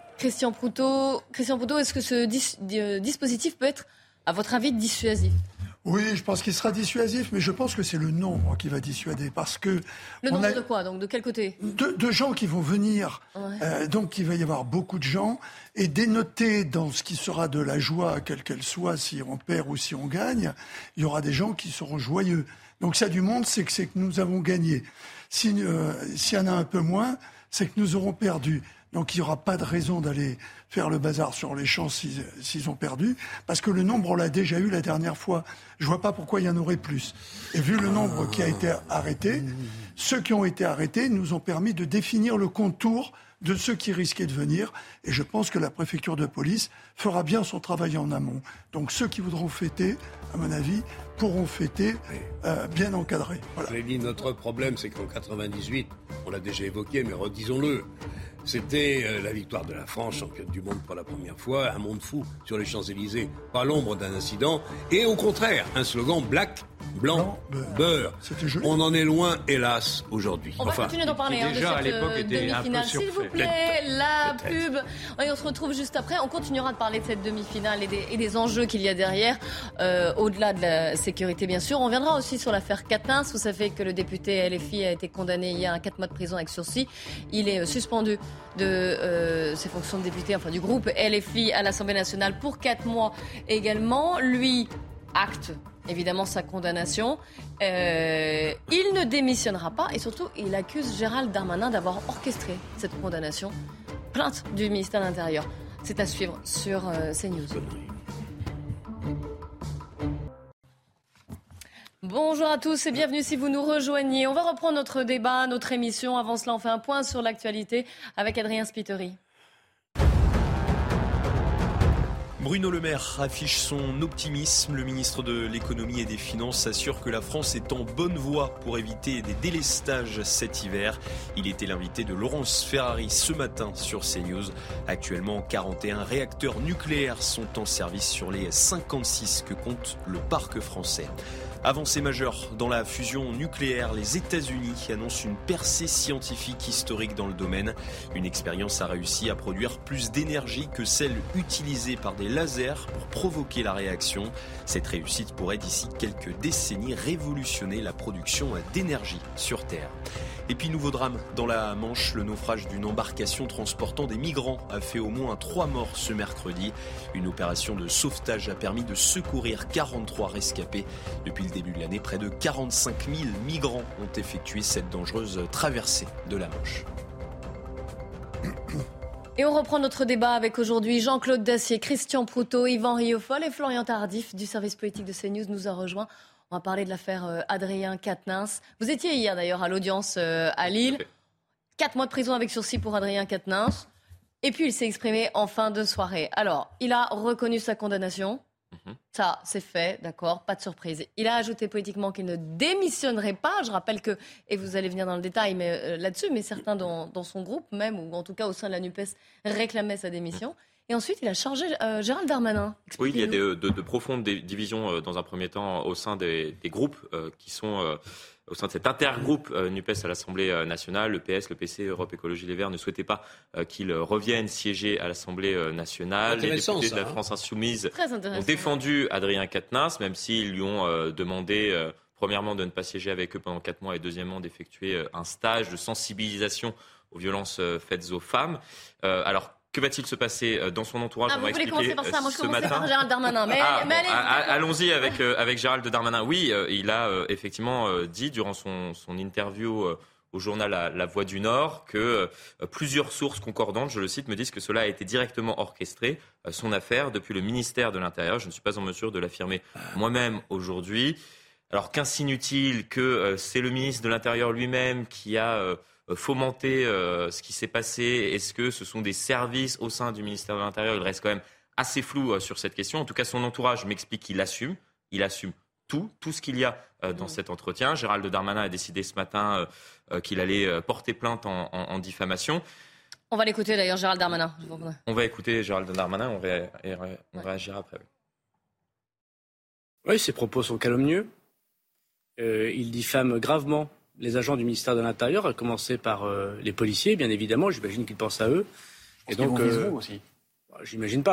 Christian Proutot, Christian Proutot, est-ce que ce dis- dispositif peut être, à votre avis, dissuasif ? Oui, je pense qu'il sera dissuasif, mais je pense que c'est le nombre qui va dissuader. Parce que le on nombre a de quoi, donc de quel côté? de, de gens qui vont venir. Ouais. Euh, donc il va y avoir beaucoup de gens. Et dénoter dans ce qui sera de la joie, quelle qu'elle soit, si on perd ou si on gagne, il y aura des gens qui seront joyeux. Donc ça du monde, c'est que, c'est que nous avons gagné. Si, euh, s'il y en a un peu moins, c'est que nous aurons perdu. Donc il n'y aura pas de raison d'aller faire le bazar sur les champs s'ils, s'ils ont perdu, parce que le nombre, on l'a déjà eu la dernière fois. Je ne vois pas pourquoi il y en aurait plus. Et vu le nombre qui a été arrêté, ceux qui ont été arrêtés nous ont permis de définir le contour de ceux qui risquaient de venir. Et je pense que la préfecture de police fera bien son travail en amont. Donc ceux qui voudront fêter, à mon avis, pourront fêter euh, bien encadrés. Voilà. Je l'ai dit, notre problème, c'est qu'en quatre-vingt-dix-huit, on l'a déjà évoqué, mais redisons-le, c'était euh, la victoire de la France, championne du monde pour la première fois, un monde fou sur les Champs-Élysées, pas l'ombre d'un incident, et au contraire, un slogan black, blanc, blanc beurre. beurre. On en est loin, hélas, aujourd'hui. On va enfin, continuer d'en parler hein, de cette euh, demi-finale. S'il vous plaît, la pub. Et on se retrouve juste après. On continuera de parler de cette demi-finale et des, et des enjeux qu'il y a derrière, euh, au-delà de la sécurité, bien sûr. On reviendra aussi sur l'affaire Quatennens. Vous savez que le député L F I a été condamné hier à quatre mois de prison avec sursis. Il est euh, suspendu de euh, ses fonctions de député, enfin du groupe L F I à l'Assemblée nationale pour quatre mois également. Lui acte évidemment sa condamnation. Euh, il ne démissionnera pas et surtout il accuse Gérald Darmanin d'avoir orchestré cette condamnation. Plainte du ministère de l'Intérieur. C'est à suivre sur euh, CNews. Bonjour à tous et bienvenue si vous nous rejoignez. On va reprendre notre débat, notre émission. Avant cela, on fait un point sur l'actualité avec Adrien Spiteri. Bruno Le Maire affiche son optimisme. Le ministre de l'économie et des finances assure que la France est en bonne voie pour éviter des délestages cet hiver. Il était l'invité de Laurence Ferrari ce matin sur CNews. Actuellement, quarante et un réacteurs nucléaires sont en service sur les cinquante-six que compte le parc français. Avancée majeure dans la fusion nucléaire, les États-Unis annoncent une percée scientifique historique dans le domaine. Une expérience a réussi à produire plus d'énergie que celle utilisée par des lasers pour provoquer la réaction. Cette réussite pourrait d'ici quelques décennies révolutionner la production d'énergie sur Terre. Et puis nouveau drame dans la Manche, le naufrage d'une embarcation transportant des migrants a fait au moins trois morts ce mercredi. Une opération de sauvetage a permis de secourir quarante-trois rescapés. Depuis le début de l'année, près de quarante-cinq mille migrants ont effectué cette dangereuse traversée de la Manche. Et on reprend notre débat avec aujourd'hui Jean-Claude Dacier, Christian Proutot, Yvan Rieufol et Florian Tardif du service politique de CNews nous a rejoint. On va parler de l'affaire euh, Adrien Quatennens. Vous étiez hier d'ailleurs à l'audience euh, à Lille. Quatre mois de prison avec sursis pour Adrien Quatennens. Et puis il s'est exprimé en fin de soirée. Alors, il a reconnu sa condamnation. Mm-hmm. Ça, c'est fait, d'accord, pas de surprise. Il a ajouté politiquement qu'il ne démissionnerait pas. Je rappelle que, et vous allez venir dans le détail mais, euh, là-dessus, mais certains dans, dans son groupe même, ou en tout cas au sein de la NUPES, réclamaient sa démission. Et ensuite, il a chargé euh, Gérald Darmanin. Oui, il y a de, de, de profondes divisions euh, dans un premier temps au sein des, des groupes euh, qui sont euh, au sein de cet intergroupe euh, NUPES à l'Assemblée nationale. Le P S, le P C, Europe Écologie Les Verts ne souhaitaient pas euh, qu'il revienne siéger à l'Assemblée nationale. Les députés de la France Insoumise ont défendu Adrien Quatennens, même s'ils lui ont euh, demandé... Euh, Premièrement, de ne pas siéger avec eux pendant quatre mois et deuxièmement, d'effectuer un stage de sensibilisation aux violences faites aux femmes. Euh, alors, que va-t-il se passer dans son entourage? ah, On va expliquer par ça. Moi, je ce commençais matin. par Gérald Darmanin. Mais, ah, mais allez, bon, allons-y avec, euh, avec Gérald Darmanin. Oui, euh, il a euh, effectivement euh, dit durant son, son interview euh, au journal La, La Voix du Nord que euh, plusieurs sources concordantes, je le cite, me disent que cela a été directement orchestré, euh, son affaire, depuis le ministère de l'Intérieur. Je ne suis pas en mesure de l'affirmer moi-même aujourd'hui. Alors qu'insinue-t-il que euh, c'est le ministre de l'Intérieur lui-même qui a euh, fomenté euh, ce qui s'est passé? Est-ce que ce sont des services au sein du ministère de l'Intérieur? Il reste quand même assez flou euh, sur cette question. En tout cas, son entourage m'explique qu'il assume. Il assume tout, tout ce qu'il y a euh, dans mmh. cet entretien. Gérald Darmanin a décidé ce matin euh, euh, qu'il allait euh, porter plainte en, en, en diffamation. On va l'écouter d'ailleurs, Gérald Darmanin. On va écouter Gérald Darmanin, on, ré, ré, on ouais. réagira après. Oui, ses propos sont calomnieux. Euh, il diffame gravement les agents du ministère de l'Intérieur, à commencer par euh, les policiers, bien évidemment. J'imagine qu'il pense à eux. Et donc, euh, vous aussi. J'imagine pas.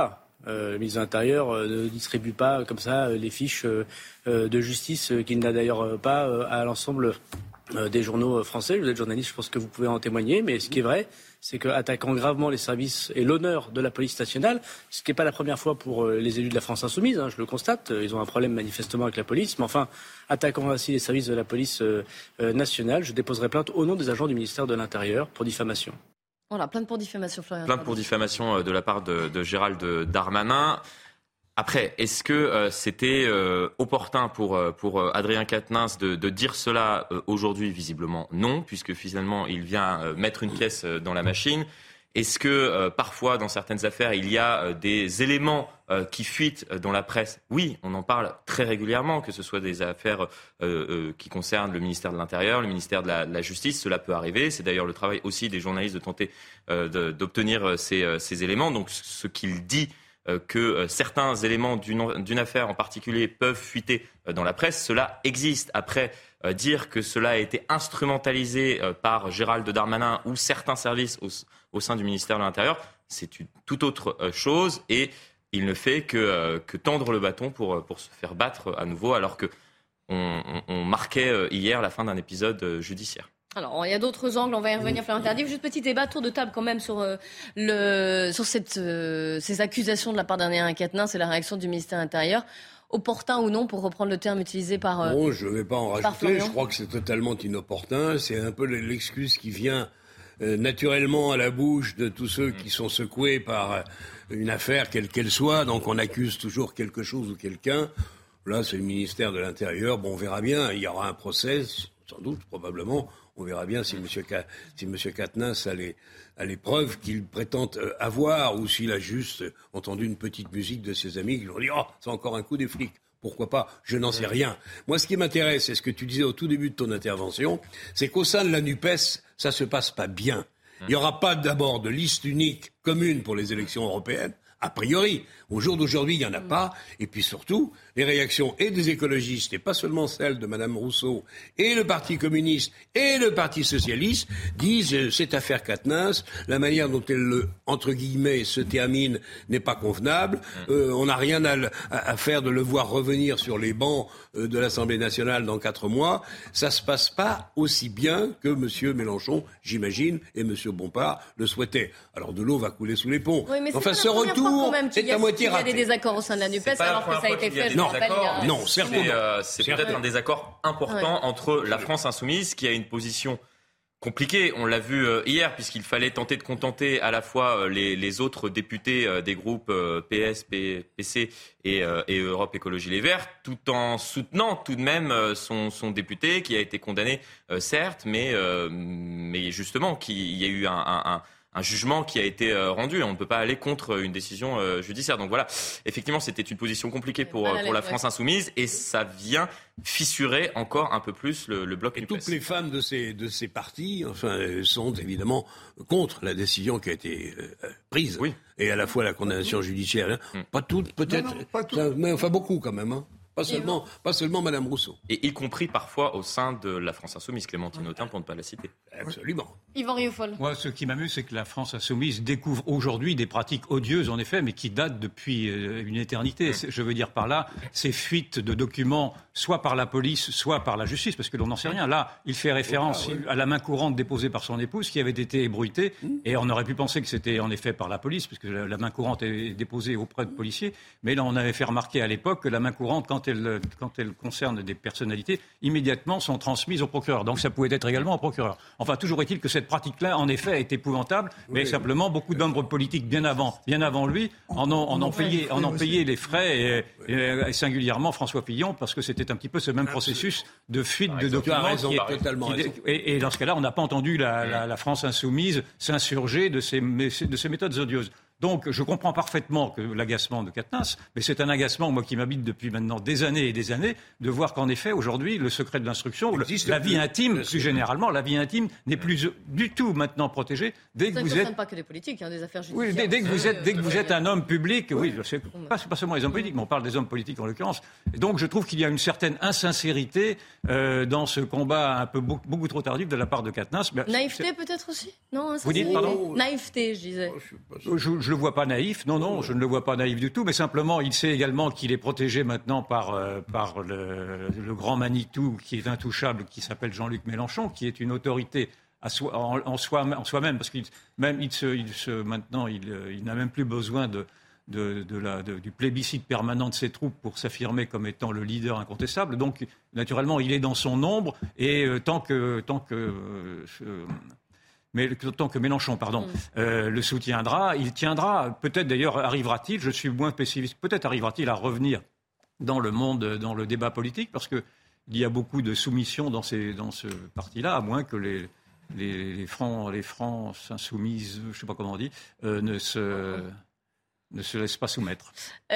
Euh, le ministre de l'Intérieur euh, ne distribue pas euh, comme ça euh, les fiches euh, euh, de justice euh, qu'il n'a d'ailleurs euh, pas euh, à l'ensemble euh, des journaux français. Vous êtes journaliste, je pense que vous pouvez en témoigner, mais ce qui est vrai, c'est qu'attaquant gravement les services et l'honneur de la police nationale, ce qui n'est pas la première fois pour euh, les élus de la France insoumise, hein, je le constate, euh, ils ont un problème manifestement avec la police, mais enfin, attaquant ainsi les services de la police euh, euh, nationale, je déposerai plainte au nom des agents du ministère de l'Intérieur pour diffamation. Voilà, plainte pour diffamation, Florian. Plainte pour diffamation de la part de, de Gérald Darmanin. Après, est-ce que euh, c'était euh, opportun pour, pour euh, Adrien Quatennens de, de dire cela euh, aujourd'hui? Visiblement non, puisque finalement il vient euh, mettre une pièce euh, dans la machine. Est-ce que euh, parfois, dans certaines affaires, il y a euh, des éléments euh, qui fuitent dans la presse? Oui, on en parle très régulièrement, que ce soit des affaires euh, euh, qui concernent le ministère de l'Intérieur, le ministère de la, de la Justice, cela peut arriver. C'est d'ailleurs le travail aussi des journalistes de tenter euh, de, d'obtenir ces, euh, ces éléments. Donc ce qu'il dit, euh, que euh, certains éléments d'une, d'une affaire en particulier peuvent fuiter euh, dans la presse, cela existe. Après, euh, dire que cela a été instrumentalisé euh, par Gérald Darmanin ou certains services au, au sein du ministère de l'Intérieur, c'est une toute autre euh, chose, et il ne fait que, euh, que tendre le bâton pour, pour se faire battre à nouveau, alors que on, on, on marquait euh, hier la fin d'un épisode euh, judiciaire. Alors, il y a d'autres angles, on va y revenir, Florian Tardif. Juste petit débat, tour de table quand même sur, euh, le, sur cette, euh, ces accusations de la part d'Adrien Quatennens et la réaction du ministère de l'Intérieur. Opportun ou non, pour reprendre le terme utilisé par euh, Bon, je ne vais pas en rajouter, je crois que c'est totalement inopportun. C'est un peu l'excuse qui vient euh, naturellement à la bouche de tous ceux qui sont secoués par euh, une affaire, quelle qu'elle soit. Donc on accuse toujours quelque chose ou quelqu'un. Là, c'est le ministère de l'Intérieur. Bon, on verra bien, il y aura un procès, sans doute, probablement. On verra bien si M. Ka, si M. Quatennens a les, a les preuves qu'il prétend avoir, ou s'il a juste entendu une petite musique de ses amis qui lui ont dit « Oh, c'est encore un coup des flics ». Pourquoi pas? Je n'en sais rien. Moi, ce qui m'intéresse, c'est ce que tu disais au tout début de ton intervention, c'est qu'au sein de la NUPES, ça se passe pas bien. Il n'y aura pas d'abord de liste unique commune pour les élections européennes. A priori, au jour d'aujourd'hui, il n'y en a pas. Et puis surtout, les réactions et des écologistes, et pas seulement celles de Mme Rousseau, et le Parti communiste, et le Parti socialiste, disent euh, cette affaire Quatennens, la manière dont elle, le, entre guillemets, se termine n'est pas convenable. Euh, on n'a rien à, à, à faire de le voir revenir sur les bancs euh, de l'Assemblée nationale dans quatre mois. Ça se passe pas aussi bien que M. Mélenchon, j'imagine, et M. Bompard le souhaitaient. Alors de l'eau va couler sous les ponts. Oui, mais enfin, c'est ce retour, c'est à moitié raté. Il y a des désaccords au sein de la NUPES, alors que ça a été fait. Non, non, certainement. C'est, euh, c'est peut-être un désaccord important ouais. entre la France insoumise, qui a une position compliquée, on l'a vu euh, hier, puisqu'il fallait tenter de contenter à la fois euh, les, les autres députés euh, des groupes euh, P S, P, PC et, euh, et Europe Écologie Les Verts, tout en soutenant tout de même euh, son, son député, qui a été condamné, euh, certes, mais, euh, mais justement, qu'il y a eu un... un, un un jugement qui a été euh, rendu. On ne peut pas aller contre une décision euh, judiciaire. Donc voilà, effectivement, c'était une position compliquée pour, euh, pour la France insoumise, et ça vient fissurer encore un peu plus le, le bloc et NUPES. Toutes les femmes de ces, de ces partis enfin, sont évidemment contre la décision qui a été euh, prise. Oui. Et à la fois la condamnation judiciaire. Hein. Mmh. Pas toutes, peut-être, non, non, pas toutes. Ça, mais enfin beaucoup quand même. Hein. Pas seulement, pas seulement Mme Rousseau. Et y compris parfois au sein de la France insoumise, Clémentine Autain, pour ne pas la citer. Absolument. Yvan Rioufol. Moi, ce qui m'amuse, c'est que la France insoumise découvre aujourd'hui des pratiques odieuses, en effet, mais qui datent depuis une éternité. Je veux dire par là, ces fuites de documents, soit par la police, soit par la justice, parce que l'on n'en sait rien. Là, il fait référence à la main courante déposée par son épouse, qui avait été ébruitée, et on aurait pu penser que c'était en effet par la police, parce que la main courante est déposée auprès de policiers. Mais là, on avait fait remarquer à l'époque que la main courante, quand elle, quand elle concerne des personnalités, immédiatement sont transmises au procureur. Donc ça pouvait être également au procureur. Enfin, toujours est-il que cette pratique-là, en effet, est épouvantable, mais oui, simplement, beaucoup d'hommes politiques bien avant, bien avant lui en ont, en ont payé, en ont payé les frais, et, et, et singulièrement François Fillon, parce que c'était un petit peu ce même processus de fuite de documents. Raison, qui est, totalement qui, et, et dans ce cas-là, on n'a pas entendu la, la, la France insoumise s'insurger de ces, de ces méthodes odieuses. Donc, je comprends parfaitement que l'agacement de Quatennens, mais c'est un agacement, moi, qui m'habite depuis maintenant des années et des années, de voir qu'en effet, aujourd'hui, le secret de l'instruction, le, la vie intime, plus généralement, la vie intime n'est plus du tout maintenant protégée. Dès ça que ne vous concerne êtes... pas que les politiques, hein, des affaires judiciaires. Oui, dès, dès que vous êtes, dès que vous êtes un homme public, oui, c'est pas, c'est pas seulement les hommes politiques, mais on parle des hommes politiques en l'occurrence. Et donc, je trouve qu'il y a une certaine insincérité euh, dans ce combat un peu beaucoup, beaucoup trop tardif de la part de Quatennens. Naïveté peut-être aussi? Non, vous dites, pardon? Naïveté, je disais. Je, je, le vois pas naïf. Non, non, je ne le vois pas naïf du tout. Mais simplement, il sait également qu'il est protégé maintenant par, euh, par le, le grand Manitou qui est intouchable, qui s'appelle Jean-Luc Mélenchon, qui est une autorité à soi, en, en, soi, en soi-même, parce qu'il même il se, il se, maintenant, il, il n'a même plus besoin de, de, de la, de, du plébiscite permanent de ses troupes pour s'affirmer comme étant le leader incontestable. Donc, naturellement, il est dans son ombre, et euh, tant que... Tant que euh, mais tant que Mélenchon, pardon, mmh. euh, le soutiendra, il tiendra. Peut-être d'ailleurs arrivera-t-il, je suis moins pessimiste, peut-être arrivera-t-il à revenir dans le monde, dans le débat politique, parce qu'il y a beaucoup de soumission dans, ces, dans ce parti-là, à moins que les, les, les francs, les francs insoumises, je ne sais pas comment on dit, euh, ne, se, ne se laissent pas soumettre.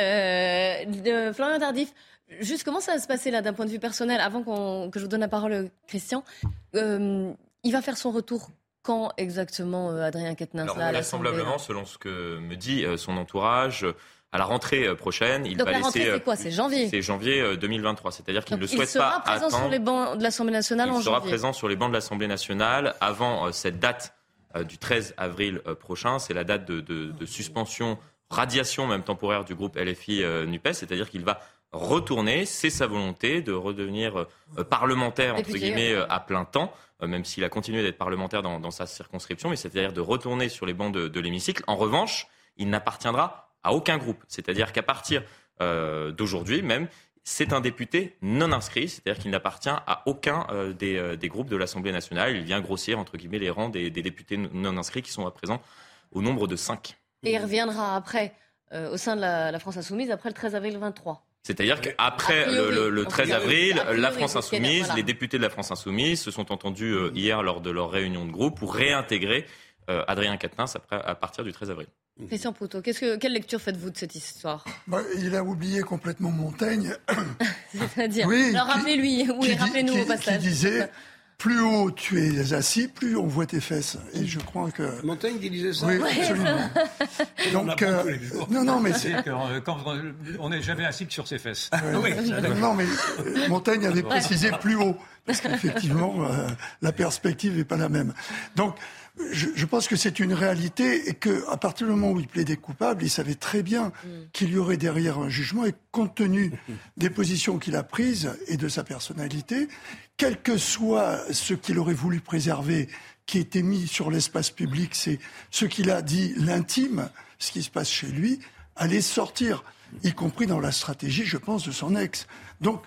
Euh, de Florian Tardif, juste comment ça va se passer là d'un point de vue personnel, avant qu'on, que je vous donne la parole, Christian, euh, il va faire son retour quand exactement, euh, Adrien Quatennens? Alors, là, vraisemblablement, selon ce que me dit euh, son entourage, euh, à la rentrée euh, prochaine, il Donc va la laisser... rentrée, c'est quoi? C'est janvier C'est janvier euh, deux mille vingt-trois, c'est-à-dire qu'il Donc, ne souhaite il sera pas présent attendre... sur les bancs de l'Assemblée nationale il en sera janvier. présent sur les bancs de l'Assemblée nationale avant euh, cette date euh, du treize avril euh, prochain. C'est la date de, de, de suspension, radiation même temporaire du groupe L F I euh, NUPES, c'est-à-dire qu'il va retourner, c'est sa volonté de redevenir euh, parlementaire, entre Député, guillemets, ouais. euh, à plein temps, euh, même s'il a continué d'être parlementaire dans, dans sa circonscription, mais c'est-à-dire de retourner sur les bancs de, de l'hémicycle. En revanche, il n'appartiendra à aucun groupe, c'est-à-dire qu'à partir euh, d'aujourd'hui même, c'est un député non inscrit, c'est-à-dire qu'il n'appartient à aucun euh, des, euh, des groupes de l'Assemblée nationale. Il vient grossir, entre guillemets, les rangs des, des députés non inscrits qui sont à présent au nombre de cinq. Et il reviendra après, euh, au sein de la, la France Insoumise, après le treize avril vingt-trois. C'est-à-dire qu'après priori, le, le, le treize avril, a priori, la France parce que, Insoumise, voilà. les députés de la France Insoumise se sont entendus euh, hier lors de leur réunion de groupe pour réintégrer euh, Adrien Quatennens après, à partir du treize avril. Christian Proutot, qu'est-ce que, quelle lecture faites-vous de cette histoire? Bah, il a oublié complètement Montaigne. C'est-à-dire, oui, alors rappelez-lui, oui, qui, rappelez-nous qui, au passage. Qui disait, plus haut tu es assis, plus on voit tes fesses. Et je crois que... Montaigne qui disait ça? Oui, absolument. Donc, euh, non, non, mais c'est... Que, quand on n'est jamais assis que sur ses fesses. Ouais, oui, non, mais Montaigne avait précisé plus haut, parce qu'effectivement, euh, la perspective n'est pas la même. Donc, je, je pense que c'est une réalité et qu'à partir du moment où il plaidait coupable, il savait très bien mm. qu'il y aurait derrière un jugement et compte tenu des positions qu'il a prises et de sa personnalité, quel que soit ce qu'il aurait voulu préserver, qui était mis sur l'espace public, c'est ce qu'il a dit, l'intime, ce qui se passe chez lui, allait sortir, y compris dans la stratégie, je pense, de son ex. Donc,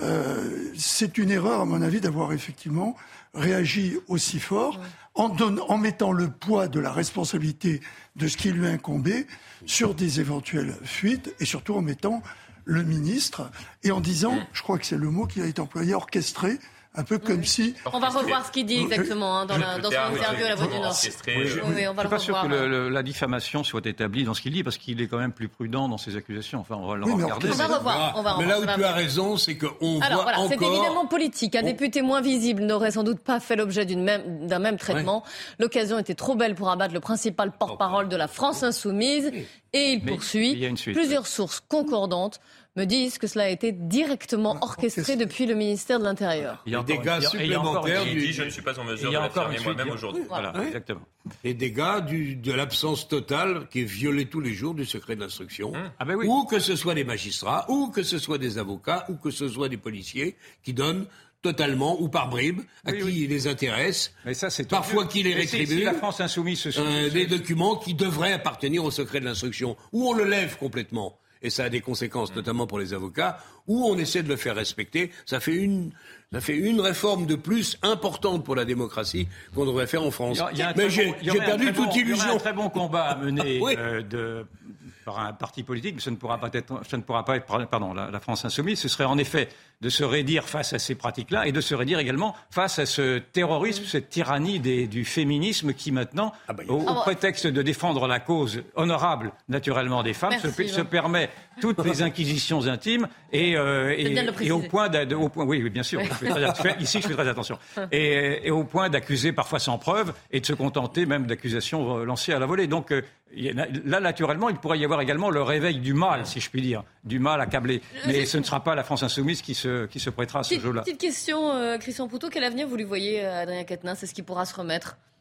euh, c'est une erreur, à mon avis, d'avoir effectivement réagi aussi fort ouais. en, don- en mettant le poids de la responsabilité de ce qui lui incombait sur des éventuelles fuites et surtout en mettant le ministre et en disant, je crois que c'est le mot qui a été employé, orchestré, un peu comme oui. si... On va revoir ce qu'il dit exactement hein, dans, la, dans son interview à La Voix du Nord. Oui, oui, oui, on va je ne suis pas sûr que le, le, la diffamation soit établie dans ce qu'il dit, parce qu'il est quand même plus prudent dans ses accusations. Enfin, on va le oui, regarder. On va revoir. On va mais là où on va tu as raison, c'est qu'on Alors, voit voilà, encore... c'est évidemment politique. Un on... député moins visible n'aurait sans doute pas fait l'objet d'une même, d'un même traitement. Ouais. L'occasion était trop belle pour abattre le principal porte-parole de la France Insoumise. Et il mais poursuit. Il suite, Plusieurs ouais. sources concordantes me disent que cela a été directement orchestré depuis le ministère de l'Intérieur. Il y a des dégâts supplémentaires. Il dit, je ne suis pas en mesure de l'affirmer moi-même aujourd'hui. Voilà, oui. exactement. Les dégâts du, de l'absence totale qui est violée tous les jours du secret de l'instruction. Mmh. Ah ben oui. Ou que ce soit des magistrats, ou que ce soit des avocats, ou que ce soit des policiers qui donnent totalement ou par bribes à oui, qui oui. les intéresse, mais ça, c'est parfois qui les rétribue, si, si la France insoumise se euh, des documents qui devraient appartenir au secret de l'instruction, ou on le lève complètement. Et ça a des conséquences, notamment pour les avocats, où on essaie de le faire respecter. Ça fait une, ça fait une réforme de plus importante pour la démocratie qu'on devrait faire en France. Il y a, il y a Mais j'ai, bon, j'ai perdu toute bon, illusion. Il y a un très bon combat à mener oui. euh, de, par un parti politique, mais ça ne pourra pas être, ça ne pourra pas être pardon, la, la France insoumise. Ce serait en effet de se raidir face à ces pratiques-là et de se raidir également face à ce terrorisme, cette tyrannie des, du féminisme qui maintenant, ah bah, au, au prétexte de défendre la cause honorable naturellement des femmes, Merci, se, se permet toutes les inquisitions intimes et, euh, et, et au point, de, au point, oui, oui bien sûr, je fais très, je fais, ici je fais très attention, et, et au point d'accuser parfois sans preuve et de se contenter même d'accusations lancées à la volée. Donc euh, là, naturellement, il pourrait y avoir également le réveil du mal, si je puis dire, du mal accablé. Mais ce ne sera pas la France insoumise qui se, qui se prêtera à ce petite, jeu-là. Petite question, euh, Christian Proutot, quel avenir vous lui voyez, Adrien Quatennens? Est-ce qu'il pourra se remettre?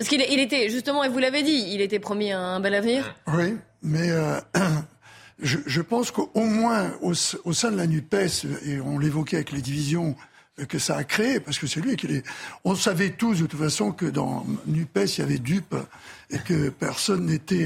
Parce qu'il il était, justement, et vous l'avez dit, il était promis un bel avenir. Oui, mais euh, je, je pense qu'au moins au, au sein de la NUPES, et on l'évoquait avec les divisions que ça a créé, parce que c'est lui qui les... On savait tous de toute façon que dans NUPES, il y avait dupe et que personne n'était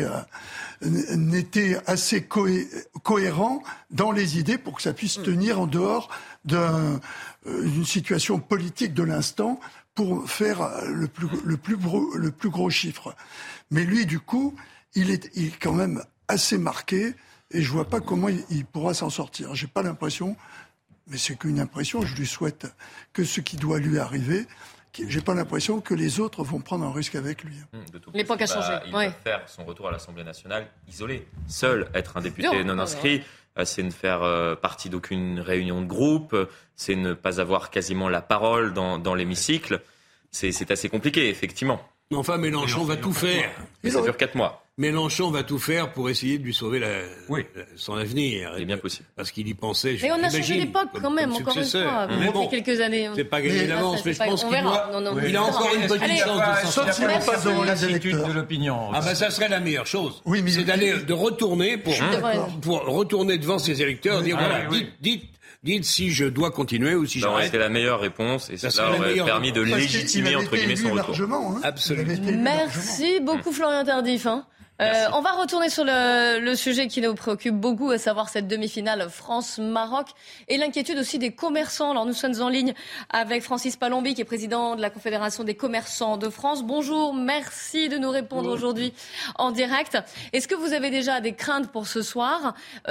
euh, n'était assez cohé- cohérent dans les idées pour que ça puisse tenir en dehors d'un, euh, d'une situation politique de l'instant pour faire le plus, le plus gros, le plus gros chiffre. Mais lui, du coup, il est, il est quand même assez marqué et je vois pas comment il, il pourra s'en sortir. J'ai pas l'impression... Mais c'est qu'une impression, je lui souhaite que ce qui doit lui arriver, j'ai pas l'impression que les autres vont prendre un risque avec lui. L'époque a changé. Il ouais. va faire son retour à l'Assemblée nationale isolé, seul. Être un député dur, non inscrit, ouais. c'est ne faire euh, partie d'aucune réunion de groupe, c'est ne pas avoir quasiment la parole dans, dans l'hémicycle. C'est, c'est assez compliqué, effectivement. Enfin, Mélenchon va tout faire. Mais ça dure quatre mois. Mélenchon va tout faire pour essayer de lui sauver la, oui. la, son avenir. C'est bien possible. Parce qu'il y pensait. Et on a changé d'époque quand même, comme encore une fois. Mais Depuis bon, quelques années. C'est pas gagné d'avance, mais je pense qu'il doit. Non, non, il a encore une petite Allez, chance de s'en sortir. Pas devant les électeurs de l'opinion. Ah ben ça serait la meilleure chose. Oui, mais c'est d'aller de retourner pour pour, pour retourner devant ses électeurs, oui, dire ah, voilà, oui, dites, dites. Dites si je dois continuer ou si j'arrête. C'était la meilleure réponse et ça aurait permis de légitimer entre guillemets son retour. Hein. Absolument. Merci beaucoup Florian Tardif. Hein. Euh, on va retourner sur le, le sujet qui nous préoccupe beaucoup, à savoir cette demi-finale France-Maroc et l'inquiétude aussi des commerçants. Alors nous sommes en ligne avec Francis Palombi, qui est président de la Confédération des commerçants de France. Bonjour, merci de nous répondre Bonjour. Aujourd'hui en direct. Est-ce que vous avez déjà des craintes pour ce soir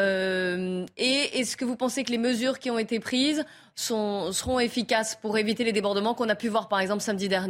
euh, et est-ce que vous pensez que les mesures qui ont été prises sont, seront efficaces pour éviter les débordements qu'on a pu voir par exemple samedi dernier ?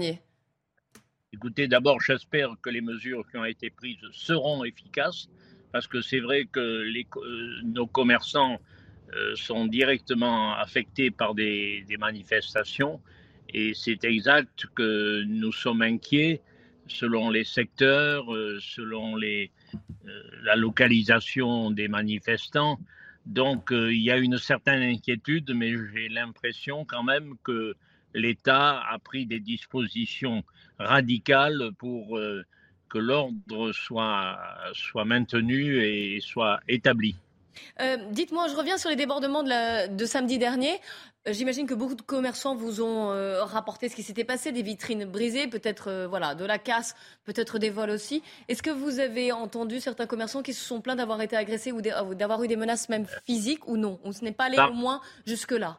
Écoutez, d'abord, j'espère que les mesures qui ont été prises seront efficaces, parce que c'est vrai que les, euh, nos commerçants euh, sont directement affectés par des, des manifestations, et c'est exact que nous sommes inquiets selon les secteurs, euh, selon les, euh, la localisation des manifestants. Donc, euh, il y a une certaine inquiétude, mais j'ai l'impression quand même que l'État a pris des dispositions radicales pour euh, que l'ordre soit, soit maintenu et soit établi. Euh, dites-moi, je reviens sur les débordements de, la, de samedi dernier. Euh, j'imagine que beaucoup de commerçants vous ont euh, rapporté ce qui s'était passé, des vitrines brisées, peut-être euh, voilà, de la casse, peut-être des vols aussi. Est-ce que vous avez entendu certains commerçants qui se sont plaints d'avoir été agressés ou d'avoir eu des menaces même physiques ou non? Ou ce n'est pas allé Par... au moins jusque-là?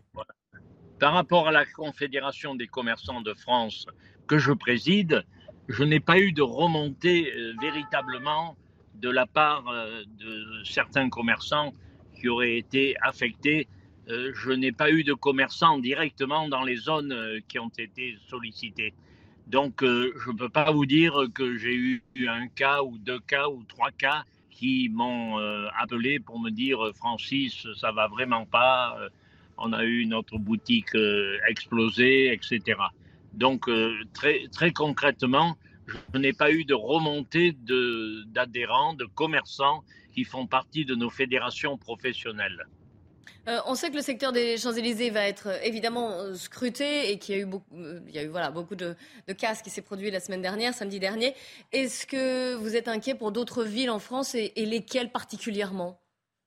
Par rapport à la Confédération des commerçants de France que je préside, je n'ai pas eu de remontée euh, véritablement de la part euh, de certains commerçants qui auraient été affectés. Euh, je n'ai pas eu de commerçants directement dans les zones euh, qui ont été sollicitées. Donc, euh, je ne peux pas vous dire que j'ai eu un cas ou deux cas ou trois cas qui m'ont euh, appelé pour me dire « Francis, ça va vraiment pas euh, ». On a eu notre boutique euh, explosée, et cetera. Donc, euh, très, très concrètement, je n'ai pas eu de remontée de, d'adhérents, de commerçants qui font partie de nos fédérations professionnelles. Euh, on sait que le secteur des Champs-Élysées va être euh, évidemment euh, scruté et qu'il y a eu beaucoup, euh, il y a eu, voilà, beaucoup de, de casse qui s'est produit la semaine dernière, samedi dernier. Est-ce que vous êtes inquiet pour d'autres villes en France et, et lesquelles particulièrement ?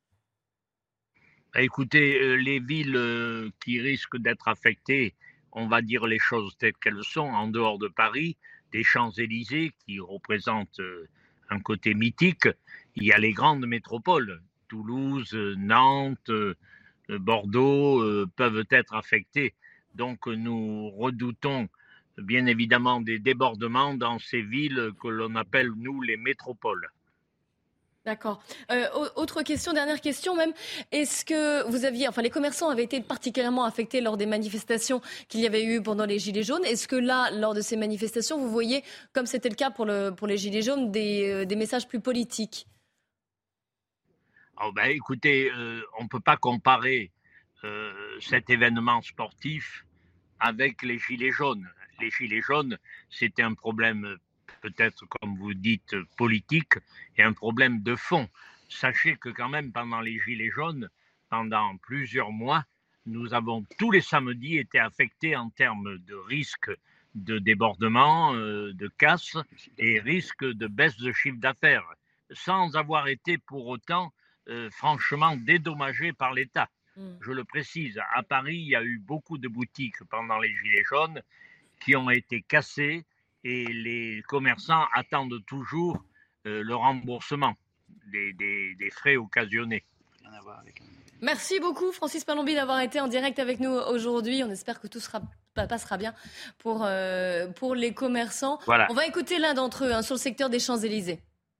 Écoutez, euh, les villes euh, qui risquent d'être affectées, on va dire les choses telles qu'elles sont, en dehors de Paris, des Champs-Élysées qui représentent euh, un côté mythique. Il y a les grandes métropoles, Toulouse, euh, Nantes, euh, Bordeaux, euh, peuvent être affectées. Donc nous redoutons bien évidemment des débordements dans ces villes que l'on appelle, nous, les métropoles. D'accord. Euh, autre question, dernière question même. Est-ce que vous aviez, enfin les commerçants avaient été particulièrement affectés lors des manifestations qu'il y avait eu pendant les Gilets jaunes. Est-ce que là, lors de ces manifestations, vous voyez, comme c'était le cas pour, le, pour les Gilets jaunes, des, euh, des messages plus politiques ? Oh ben, écoutez, euh, on ne peut pas comparer euh, cet événement sportif avec les Gilets jaunes. Les Gilets jaunes, c'était un problème peut-être, comme vous dites, politique et un problème de fond. Sachez que quand même, pendant les Gilets jaunes, pendant plusieurs mois, nous avons tous les samedis été affectés en termes de risque de débordements, euh, de casse et risque de baisse de chiffre d'affaires, sans avoir été pour autant euh, franchement dédommagé par l'État. Je le précise, à Paris, il y a eu beaucoup de boutiques pendant les Gilets jaunes qui ont été cassées et les commerçants attendent toujours euh, le remboursement des, des, des frais occasionnés. Merci beaucoup Francis Palombi d'avoir été en direct avec nous aujourd'hui. On espère que tout sera, passera bien pour, euh, pour les commerçants. Voilà. On va écouter l'un d'entre eux hein, sur le secteur des Champs-Élysées.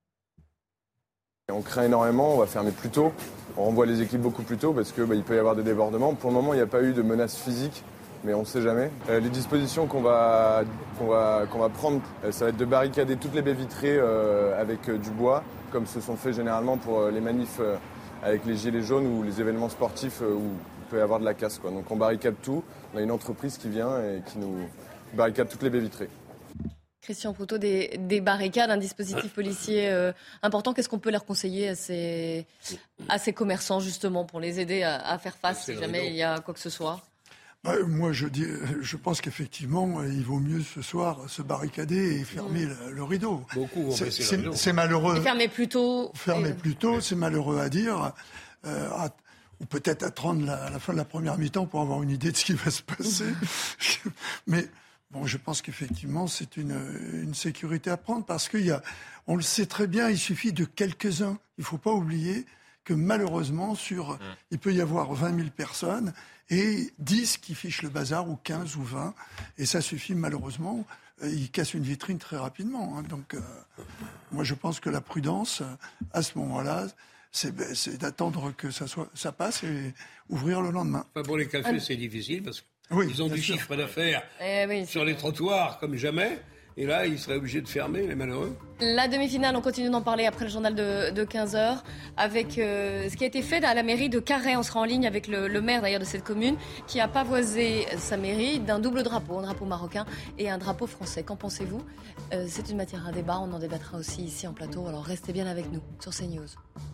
On craint énormément, on va fermer plus tôt. On renvoie les équipes beaucoup plus tôt parce qu'il bah, peut y avoir des débordements. Pour le moment, il n'y a pas eu de menaces physiques, mais on ne sait jamais. Euh, les dispositions qu'on va, qu'on va, qu'on va prendre, euh, ça va être de barricader toutes les baies vitrées euh, avec euh, du bois, comme se sont fait généralement pour euh, les manifs euh, avec les gilets jaunes ou les événements sportifs euh, où il peut y avoir de la casse, quoi. Donc on barricade tout. On a une entreprise qui vient et qui nous barricade toutes les baies vitrées. Christian Proutot, des, des barricades, un dispositif policier euh, important. Qu'est-ce qu'on peut leur conseiller à ces, à ces commerçants, justement, pour les aider à, à faire face si jamais il y a quoi que ce soit ? Bah, moi, je, dis, je pense qu'effectivement, il vaut mieux ce soir se barricader et fermer mmh. le, le rideau. Beaucoup vont c'est, baisser c'est, le rideau. C'est malheureux. Et fermer plus tôt. Fermer et... plus tôt, c'est malheureux à dire. Euh, à, ou peut-être attendre la, la fin de la première mi-temps pour avoir une idée de ce qui va se passer. Mais... Bon, je pense qu'effectivement, c'est une, une sécurité à prendre parce qu'il y a, on le sait très bien, il suffit de quelques-uns. Il ne faut pas oublier que malheureusement, sur, mmh. il peut y avoir vingt mille personnes et dix qui fichent le bazar ou quinze ou vingt. Et ça suffit malheureusement. Ils cassent une vitrine très rapidement. Hein. Donc, euh, moi, je pense que la prudence, à ce moment-là, c'est, c'est d'attendre que ça, soit, ça passe et ouvrir le lendemain. Enfin, pour les cafés, c'est difficile parce que Oui, ils ont du sûr. chiffre d'affaires eh oui, sur les trottoirs comme jamais. Et là, ils seraient obligés de fermer, les malheureux. La demi-finale, on continue d'en parler après le journal de, de quinze heures. Avec euh, ce qui a été fait à la mairie de Carhaix. On sera en ligne avec le, le maire d'ailleurs de cette commune qui a pavoisé sa mairie d'un double drapeau, un drapeau marocain et un drapeau français. Qu'en pensez-vous ? euh, C'est une matière à débat. On en débattra aussi ici en plateau. Alors restez bien avec nous sur CNews.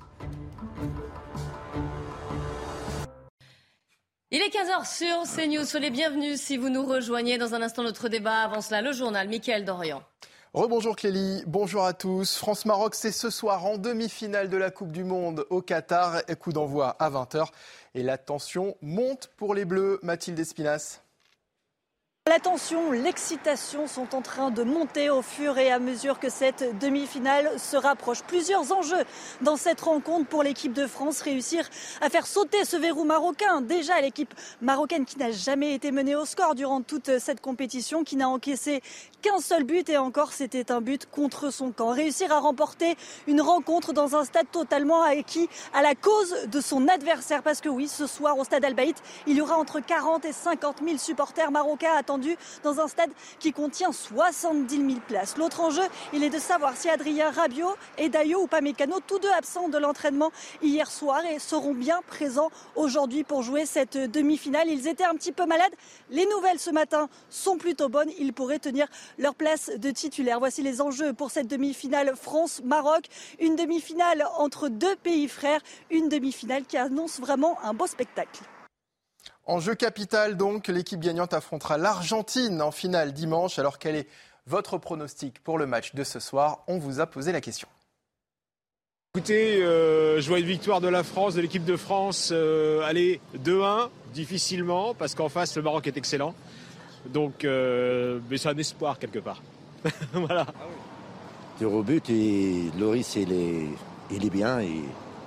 Il est quinze heures sur CNews. Soyez les bienvenus si vous nous rejoignez. Dans un instant, notre débat. Avant cela, le journal. Mickaël Dorian. Rebonjour Clélie, bonjour à tous. France-Maroc, c'est ce soir en demi-finale de la Coupe du Monde au Qatar. Coup d'envoi à vingt heures. Et la tension monte pour les Bleus. Mathilde Espinasse. La tension, l'excitation sont en train de monter au fur et à mesure que cette demi-finale se rapproche. Plusieurs enjeux dans cette rencontre pour l'équipe de France. Réussir à faire sauter ce verrou marocain. Déjà, l'équipe marocaine qui n'a jamais été menée au score durant toute cette compétition, qui n'a encaissé qu'un seul but et encore, c'était un but contre son camp. Réussir à remporter une rencontre dans un stade totalement acquis à la cause de son adversaire. Parce que oui, ce soir au stade Al Baït, il y aura entre quarante et cinquante mille supporters marocains attendus dans un stade qui contient soixante-dix mille places. L'autre enjeu, il est de savoir si Adrien Rabiot et Dayo Upamecano, tous deux absents de l'entraînement hier soir, et seront bien présents aujourd'hui pour jouer cette demi-finale. Ils étaient un petit peu malades. Les nouvelles ce matin sont plutôt bonnes. Ils pourraient tenir leur place de titulaire. Voici les enjeux pour cette demi-finale France-Maroc. Une demi-finale entre deux pays frères. Une demi-finale qui annonce vraiment un beau spectacle. Enjeu capital donc, l'équipe gagnante affrontera l'Argentine en finale dimanche. Alors quel est votre pronostic pour le match de ce soir ? On vous a posé la question. Écoutez, euh, je vois une victoire de la France, de l'équipe de France, euh, allez, deux un, difficilement, parce qu'en face le Maroc est excellent. Donc, euh, mais c'est un espoir quelque part. Voilà. Tir au but et Loris il est, il est bien et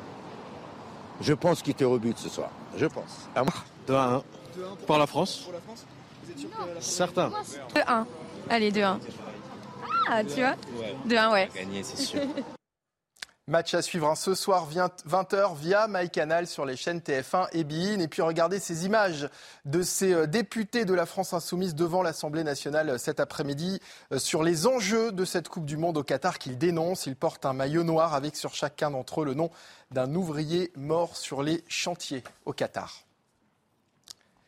je pense qu'il tire au but ce soir. Je pense. deux à un. Pour la France. Pour la France ? Vous êtes sûr que la France... Certain. deux un. Allez, deux un. Ah, tu vois ? deux un, ouais. Gagner, c'est sûr. Match à suivre hein, ce soir, vingt heures, via MyCanal sur les chaînes T F un et beIN. Et puis regardez ces images de ces députés de la France Insoumise devant l'Assemblée nationale cet après-midi sur les enjeux de cette Coupe du Monde au Qatar qu'ils dénoncent. Ils portent un maillot noir avec sur chacun d'entre eux le nom d'un ouvrier mort sur les chantiers au Qatar.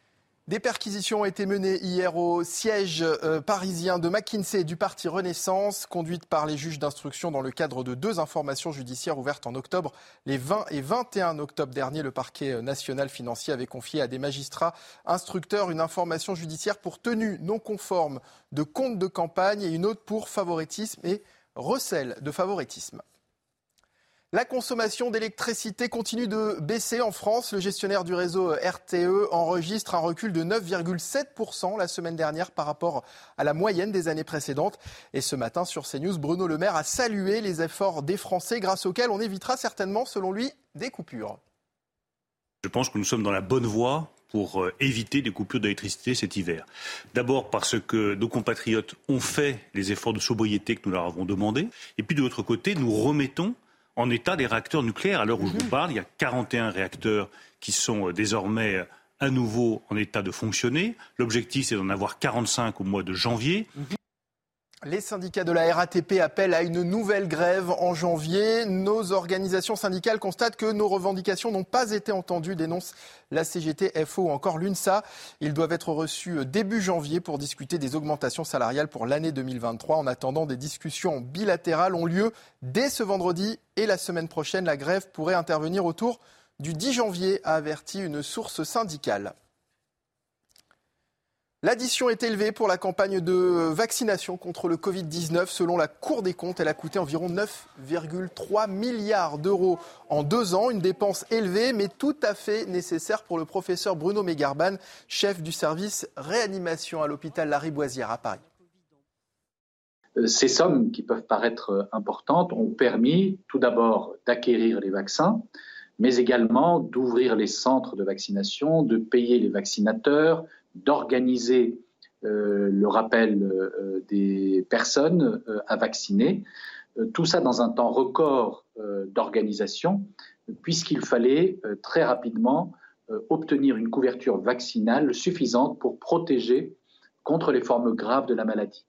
Des perquisitions ont été menées hier au siège euh, parisien de McKinsey et du parti Renaissance, conduites par les juges d'instruction dans le cadre de deux informations judiciaires ouvertes en octobre. Les vingt et vingt et un octobre dernier, le parquet national financier avait confié à des magistrats instructeurs une information judiciaire pour tenue non conforme de compte de campagne et une autre pour favoritisme et recel de favoritisme. La consommation d'électricité continue de baisser en France. Le gestionnaire du réseau R T E enregistre un recul de neuf virgule sept pour cent la semaine dernière par rapport à la moyenne des années précédentes. Et ce matin, sur CNews, Bruno Le Maire a salué les efforts des Français grâce auxquels on évitera certainement, selon lui, des coupures. Je pense que nous sommes dans la bonne voie pour éviter des coupures d'électricité cet hiver. D'abord parce que nos compatriotes ont fait les efforts de sobriété que nous leur avons demandés. Et puis de l'autre côté, nous remettons en état des réacteurs nucléaires. À l'heure où je vous parle, il y a quarante et un réacteurs qui sont désormais à nouveau en état de fonctionner. L'objectif, c'est d'en avoir quarante-cinq au mois de janvier. Les syndicats de la R A T P appellent à une nouvelle grève en janvier. Nos organisations syndicales constatent que nos revendications n'ont pas été entendues, dénonce la C G T, F O ou encore l'UNSA. Ils doivent être reçus début janvier pour discuter des augmentations salariales pour l'année deux mille vingt-trois. En attendant, des discussions bilatérales ont lieu dès ce vendredi et la semaine prochaine. La grève pourrait intervenir autour du dix janvier, a averti une source syndicale. L'addition est élevée pour la campagne de vaccination contre le covid dix-neuf. Selon la Cour des comptes, elle a coûté environ neuf virgule trois milliards d'euros en deux ans. Une dépense élevée, mais tout à fait nécessaire pour le professeur Bruno Mégarban, chef du service réanimation à l'hôpital Lariboisière à Paris. Ces sommes qui peuvent paraître importantes ont permis tout d'abord d'acquérir les vaccins, mais également d'ouvrir les centres de vaccination, de payer les vaccinateurs, d'organiser euh, le rappel euh, des personnes euh, à vacciner. Euh, tout ça dans un temps record euh, d'organisation, puisqu'il fallait euh, très rapidement euh, obtenir une couverture vaccinale suffisante pour protéger contre les formes graves de la maladie.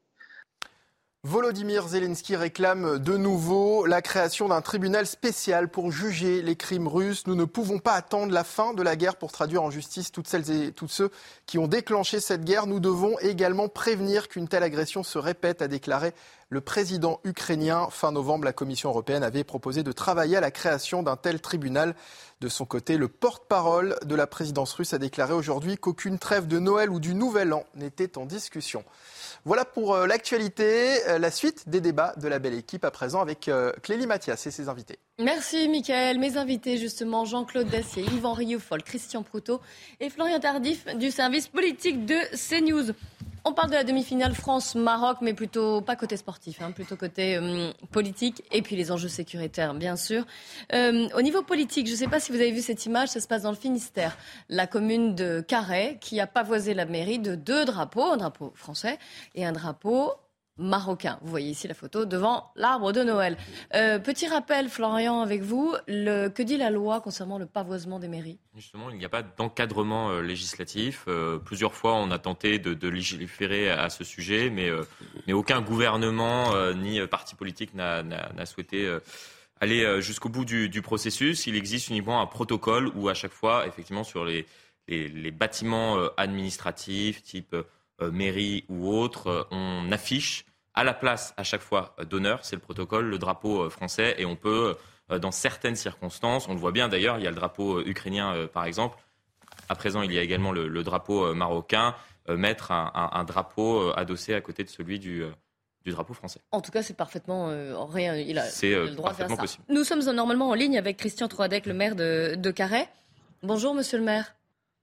Volodymyr Zelensky réclame de nouveau la création d'un tribunal spécial pour juger les crimes russes. Nous ne pouvons pas attendre la fin de la guerre pour traduire en justice toutes celles et tous ceux qui ont déclenché cette guerre. Nous devons également prévenir qu'une telle agression se répète, a déclaré le président ukrainien. Fin novembre, la Commission européenne avait proposé de travailler à la création d'un tel tribunal. De son côté, le porte-parole de la présidence russe a déclaré aujourd'hui qu'aucune trêve de Noël ou du Nouvel An n'était en discussion. Voilà pour l'actualité, la suite des débats de la belle équipe à présent avec Clélie Mathias et ses invités. Merci Mickaël. Mes invités justement, Jean-Claude Dacier, Yvan Rioufol, Christian Proutot et Florian Tardif du service politique de CNews. On parle de la demi-finale France-Maroc, mais plutôt pas côté sportif, hein, plutôt côté euh, politique et puis les enjeux sécuritaires, bien sûr. Euh, au niveau politique, je ne sais pas si vous avez vu cette image, ça se passe dans le Finistère. La commune de Carhaix qui a pavoisé la mairie de deux drapeaux, un drapeau français et un drapeau marocain. Vous voyez ici la photo devant l'arbre de Noël. Euh, petit rappel, Florian, avec vous, le, que dit la loi concernant le pavoisement des mairies ? Justement, il n'y a pas d'encadrement euh, législatif. Euh, plusieurs fois, on a tenté de, de légiférer à ce sujet, mais, euh, mais aucun gouvernement euh, ni parti politique n'a, n'a, n'a souhaité euh, aller euh, jusqu'au bout du, du processus. Il existe uniquement un protocole où, à chaque fois, effectivement, sur les, les, les bâtiments euh, administratifs, type euh, mairie ou autre, euh, on affiche à la place, à chaque fois, d'honneur, c'est le protocole, le drapeau euh, français, et on peut... dans certaines circonstances, on le voit bien d'ailleurs, il y a le drapeau ukrainien euh, par exemple, à présent il y a également le, le drapeau euh, marocain, euh, mettre un, un, un drapeau euh, adossé à côté de celui du, euh, du drapeau français. En tout cas c'est parfaitement, euh, rien, il a, c'est, euh, le droit de faire ça. Possible. Nous sommes normalement en ligne avec Christian Troadec, le maire de, de Carhaix. Bonjour monsieur le maire.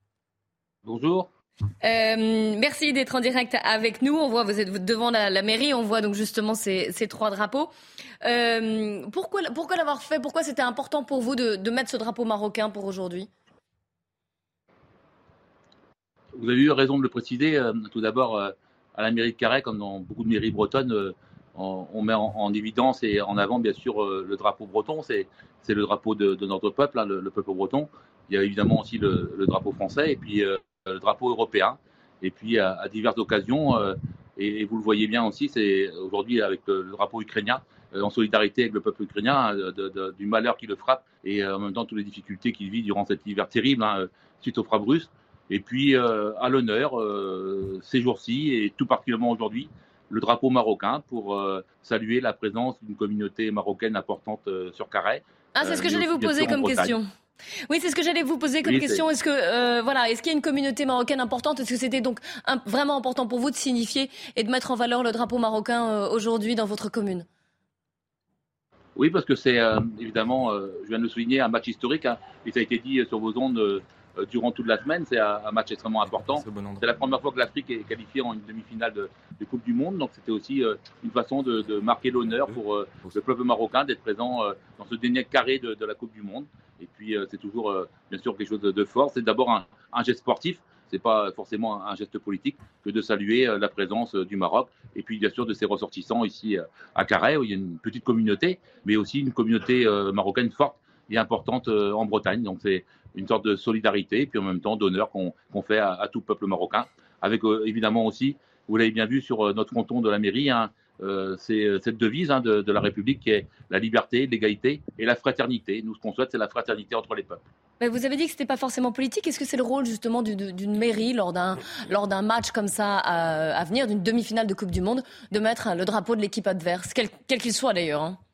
Bonjour. Euh, merci d'être en direct avec nous. On voit, vous êtes devant la, la mairie, on voit donc justement ces, ces trois drapeaux. Euh, pourquoi, pourquoi l'avoir fait ? Pourquoi c'était important pour vous de, de mettre ce drapeau marocain pour aujourd'hui ? Vous avez eu raison de le préciser. Euh, tout d'abord, euh, à la mairie de Carhaix, comme dans beaucoup de mairies bretonnes, euh, on, on met en, en évidence et en avant, bien sûr, euh, le drapeau breton. C'est, c'est le drapeau de, de notre peuple, hein, le, le peuple breton. Il y a évidemment aussi le, le drapeau français et puis euh, le drapeau européen. Et puis, à, à diverses occasions, euh, et, et vous le voyez bien aussi, c'est aujourd'hui avec le, le drapeau ukrainien, euh, en solidarité avec le peuple ukrainien, de, de, de, du malheur qui le frappe et euh, en même temps toutes les difficultés qu'il vit durant cet hiver terrible, hein, suite aux frappes russes. Et puis, euh, à l'honneur, euh, ces jours-ci, et tout particulièrement aujourd'hui, le drapeau marocain pour euh, saluer la présence d'une communauté marocaine importante euh, sur Carhaix. Ah, c'est ce que euh, j'allais vous poser comme question. Oui, c'est ce que j'allais vous poser comme oui, question. Est-ce que euh, voilà, est-ce qu'il y a une communauté marocaine importante? Est-ce que c'était donc un, vraiment important pour vous de signifier et de mettre en valeur le drapeau marocain euh, aujourd'hui dans votre commune? Oui, parce que c'est euh, évidemment, euh, je viens de le souligner, un match historique. Hein, et ça a été dit sur vos ondes euh, durant toute la semaine. C'est un, un match extrêmement important. C'est la première fois que l'Afrique est qualifiée en une demi-finale de, de Coupe du Monde. Donc c'était aussi euh, une façon de, de marquer l'honneur pour euh, le peuple marocain d'être présent euh, dans ce dernier carré de, de la Coupe du Monde. Et puis euh, c'est toujours euh, bien sûr quelque chose de, de fort. C'est d'abord un, un geste sportif. C'est pas forcément un geste politique que de saluer euh, la présence euh, du Maroc et puis bien sûr de ses ressortissants ici euh, à Carhaix où il y a une petite communauté, mais aussi une communauté euh, marocaine forte et importante euh, en Bretagne. Donc c'est une sorte de solidarité et puis en même temps d'honneur qu'on qu'on fait à, à tout peuple marocain. Avec euh, évidemment aussi, vous l'avez bien vu sur euh, notre fronton de la mairie, hein, euh, c'est cette devise hein, de, de la République qui est la liberté, l'égalité et la fraternité. Nous, ce qu'on souhaite, c'est la fraternité entre les peuples. Mais vous avez dit que ce n'était pas forcément politique. Est-ce que c'est le rôle justement d'une, d'une mairie lors d'un, lors d'un match comme ça à, à venir, d'une demi-finale de Coupe du Monde, de mettre le drapeau de l'équipe adverse, quel, quel qu'il soit d'ailleurs hein?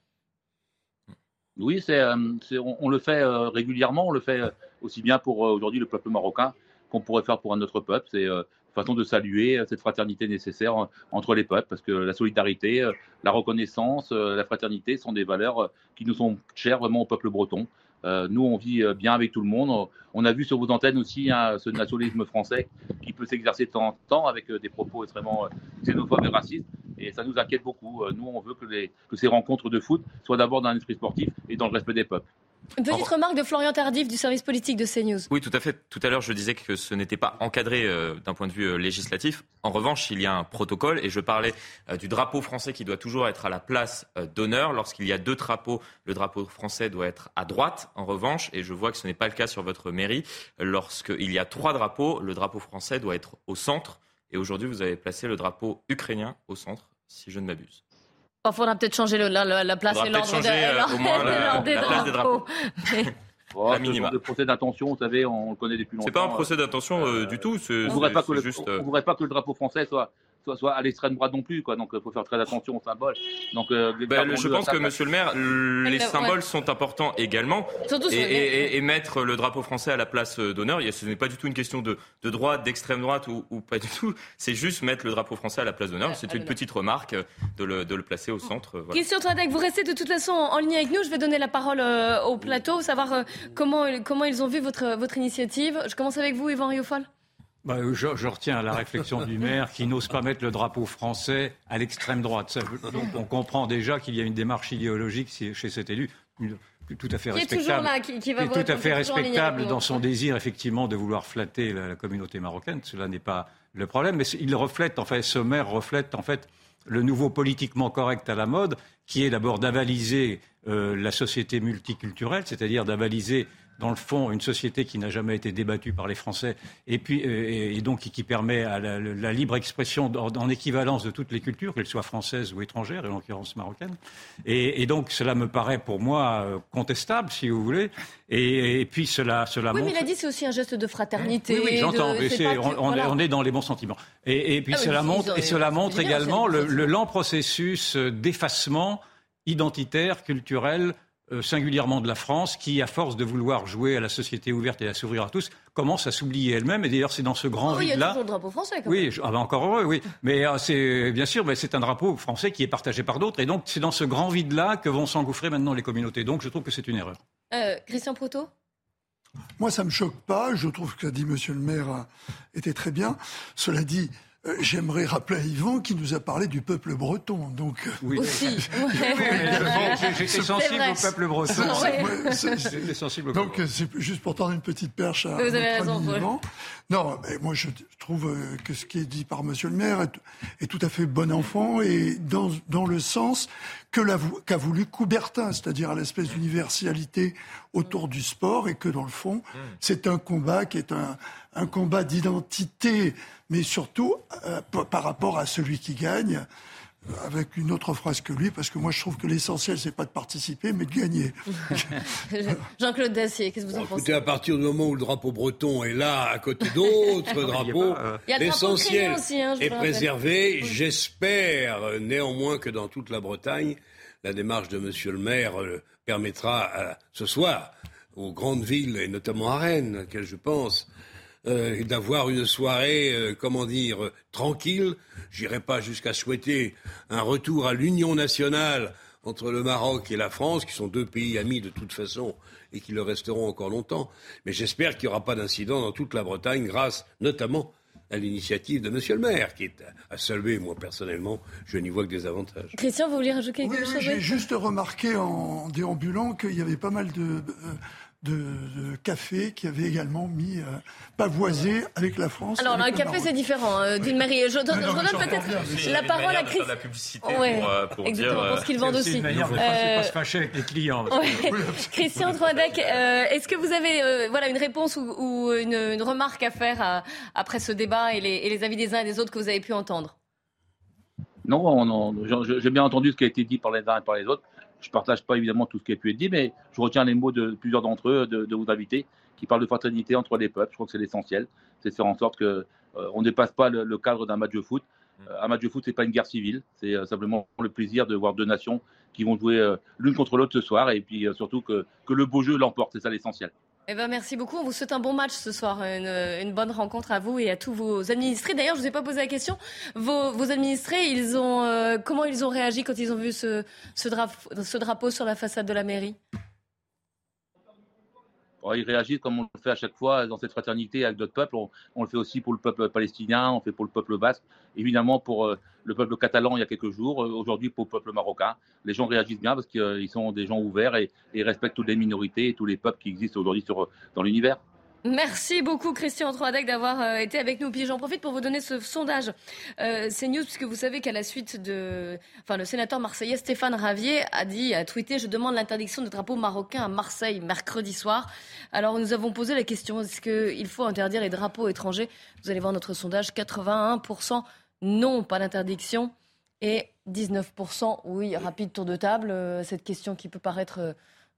Oui, c'est, c'est, on, on le fait euh, régulièrement. On le fait aussi bien pour euh, aujourd'hui le peuple marocain qu'on pourrait faire pour un autre peuple. C'est euh, une façon de saluer cette fraternité nécessaire euh, entre les peuples, parce que la solidarité, euh, la reconnaissance, euh, la fraternité sont des valeurs euh, qui nous sont chères vraiment au peuple breton. Euh, nous, on vit bien avec tout le monde. On a vu sur vos antennes aussi hein, ce nationalisme français qui peut s'exercer de temps en temps avec euh, des propos extrêmement euh, xénophobes et racistes. Et ça nous inquiète beaucoup. Euh, nous, on veut que, les, que ces rencontres de foot soient d'abord dans un esprit sportif et dans le respect des peuples. Une petite Alors, remarque de Florian Tardif du service politique de CNews. Oui, tout à fait. Tout à l'heure, je disais que ce n'était pas encadré euh, d'un point de vue euh, législatif. En revanche, il y a un protocole et je parlais euh, du drapeau français qui doit toujours être à la place euh, d'honneur. Lorsqu'il y a deux drapeaux, le drapeau français doit être à droite. En revanche, et je vois que ce n'est pas le cas sur votre mairie, lorsqu'il y a trois drapeaux, le drapeau français doit être au centre. Et aujourd'hui, vous avez placé le drapeau ukrainien au centre, si je ne m'abuse. Il faudra peut-être changer le, la, la place et l'ordre, changer, de, euh, au moins la, des la place des drapeaux. Mais... Oh, ce de procès d'intention, vous savez, on le connaît depuis longtemps. C'est pas un procès d'intention euh, du tout. C'est, on ne voudrait pas, que le, juste... on voudrait pas que le drapeau français soit, soit, soit à l'extrême droite non plus, quoi. Donc il faut faire très attention aux symboles. Donc, euh, bah, le, je pense que, Monsieur le maire, les symboles ouais. sont importants également. Surtout et, et, et mettre le drapeau français à la place d'honneur, ce n'est pas du tout une question de, de droite, d'extrême droite ou, ou pas du tout. C'est juste mettre le drapeau français à la place d'honneur. Ouais, c'est une petite remarque de le, de le placer au centre. Voilà. Christian Troadec, vous restez de toute façon en ligne avec nous. Je vais donner la parole euh, au plateau, savoir euh, comment, comment ils ont vu votre, votre initiative. Je commence avec vous, Yvan Rioufol. Bah, je, je retiens la réflexion du maire qui n'ose pas mettre le drapeau français à l'extrême droite. Ça, donc on comprend déjà qu'il y a une démarche idéologique chez cet élu, tout à fait qui respectable, là, qui, qui va et tout à fait respectable dans son désir effectivement de vouloir flatter la, la communauté marocaine. Cela n'est pas le problème, mais il reflète, en fait, ce maire reflète en fait le nouveau politiquement correct à la mode, qui est d'abord d'avaliser euh, la société multiculturelle, c'est-à-dire d'avaliser dans le fond, une société qui n'a jamais été débattue par les Français et, puis, et, et donc qui permet à la, la libre expression en, en équivalence de toutes les cultures, qu'elles soient françaises ou étrangères, et en l'occurrence marocaines. Et, et donc, cela me paraît pour moi contestable, si vous voulez. Et, et puis, cela, cela oui, montre... mais il a dit c'est aussi un geste de fraternité. Oui, oui j'entends. De... Mais c'est, pas... on, on, voilà. on est dans les bons sentiments. Et, et puis, ah, cela oui, montre, et cela montre bien, également le, le lent processus d'effacement identitaire, culturel, Euh, singulièrement de la France, qui, à force de vouloir jouer à la société ouverte et à s'ouvrir à tous, commence à s'oublier elle-même. Et d'ailleurs, c'est dans ce grand oh, vide-là... Il y a toujours le drapeau français, quand oui, même. Je, ah ben encore heureux, oui. Mais euh, c'est, bien sûr, mais c'est un drapeau français qui est partagé par d'autres. Et donc, c'est dans ce grand vide-là que vont s'engouffrer maintenant les communautés. Donc, je trouve que c'est une erreur. Euh, Christian Proto ? Moi, ça ne me choque pas. Je trouve que ce qu'a dit Monsieur le maire était très bien. Cela dit... Euh, j'aimerais rappeler à Yvan qui nous a parlé du peuple breton. Donc, oui, aussi. Ouais. Oui, j'étais sensible au peuple breton. Ouais, c'est, c'est, j'étais sensible au donc, peuple. C'est juste pour tendre une petite perche à. Vous avez raison. Ouais. Non, mais moi, je trouve que ce qui est dit par Monsieur le maire est, est tout à fait bon enfant et dans, dans le sens que la, qu'a voulu Coubertin, c'est-à-dire à l'espèce d'universalité autour du sport et que dans le fond, mmh. c'est un combat qui est un, un combat d'identité, mais surtout euh, par rapport à celui qui gagne. avec une autre phrase que lui, parce que moi je trouve que l'essentiel c'est pas de participer, mais de gagner. Jean-Claude Dacier, qu'est-ce que vous en bon, pensez? Écoutez, à partir du moment où le drapeau breton est là, à côté d'autres drapeaux, l'essentiel aussi, hein, est préservé. J'espère néanmoins que dans toute la Bretagne, la démarche de Monsieur le maire euh, permettra euh, ce soir aux grandes villes, et notamment à Rennes, à laquelle je pense, Euh, d'avoir une soirée, euh, comment dire, euh, tranquille. J'irai pas jusqu'à souhaiter un retour à l'union nationale entre le Maroc et la France, qui sont deux pays amis de toute façon et qui le resteront encore longtemps. Mais j'espère qu'il n'y aura pas d'incident dans toute la Bretagne, grâce notamment à l'initiative de Monsieur le maire, qui est à, à saluer. Moi, personnellement, je n'y vois que des avantages. Christian, vous vouliez rajouter quelque oui, chose? Oui, j'ai juste remarqué en déambulant qu'il y avait pas mal de... Euh, De, de café qui avait également mis euh, pavoisé avec la France. Alors, avec le café, Maroc. c'est différent euh, d'une mairie. Je, donne- non, je redonne peut-être la parole à Christian. La publicité Ouais, pour, euh, pour exactement, dire, pour ce qu'ils vendent aussi. C'est une manière de ne Euh, pas se fâcher avec les clients. Ouais. Christian Troadec, euh, est-ce que vous avez euh, voilà, une réponse ou, ou une, une remarque à faire à- après ce débat et les, et les avis des uns et des autres que vous avez pu entendre? Non, on, on, j'ai j'ai bien entendu ce qui a été dit par les uns et par les autres. Je ne partage pas évidemment tout ce qui a pu être dit, mais je retiens les mots de plusieurs d'entre eux, de, de vos invités, qui parlent de fraternité entre les peuples. Je crois que c'est l'essentiel. C'est de faire en sorte qu'on euh, ne dépasse pas le, le cadre d'un match de foot. Euh, un match de foot, ce n'est pas une guerre civile. C'est euh, simplement le plaisir de voir deux nations qui vont jouer euh, l'une contre l'autre ce soir. Et puis euh, surtout que, que le beau jeu l'emporte. C'est ça l'essentiel. Eh ben, merci beaucoup. On vous souhaite un bon match ce soir, une, une bonne rencontre à vous et à tous vos administrés. D'ailleurs, je vous ai pas posé la question. Vos, vos administrés, ils ont, euh, comment ils ont réagi quand ils ont vu ce, ce, drapeau, ce drapeau sur la façade de la mairie? Alors, ils réagissent comme on le fait à chaque fois dans cette fraternité avec d'autres peuples. On, on le fait aussi pour le peuple palestinien, on le fait pour le peuple basque, évidemment pour euh, le peuple catalan il y a quelques jours, euh, aujourd'hui pour le peuple marocain. Les gens réagissent bien parce qu'ils euh, sont des gens ouverts et, et respectent toutes les minorités et tous les peuples qui existent aujourd'hui sur, dans l'univers. Merci beaucoup Christian Troadec d'avoir euh, été avec nous. Puis j'en profite pour vous donner ce sondage euh, CNews, puisque vous savez qu'à la suite de... Enfin, le sénateur marseillais Stéphane Ravier a dit, a tweeté « Je demande l'interdiction des drapeaux marocains à Marseille mercredi soir ». Alors nous avons posé la question, est-ce qu'il faut interdire les drapeaux étrangers? Vous allez voir notre sondage, quatre-vingt-un pour cent non, pas d'interdiction, et dix-neuf pour cent oui. Rapide tour de table, euh, cette question qui peut paraître...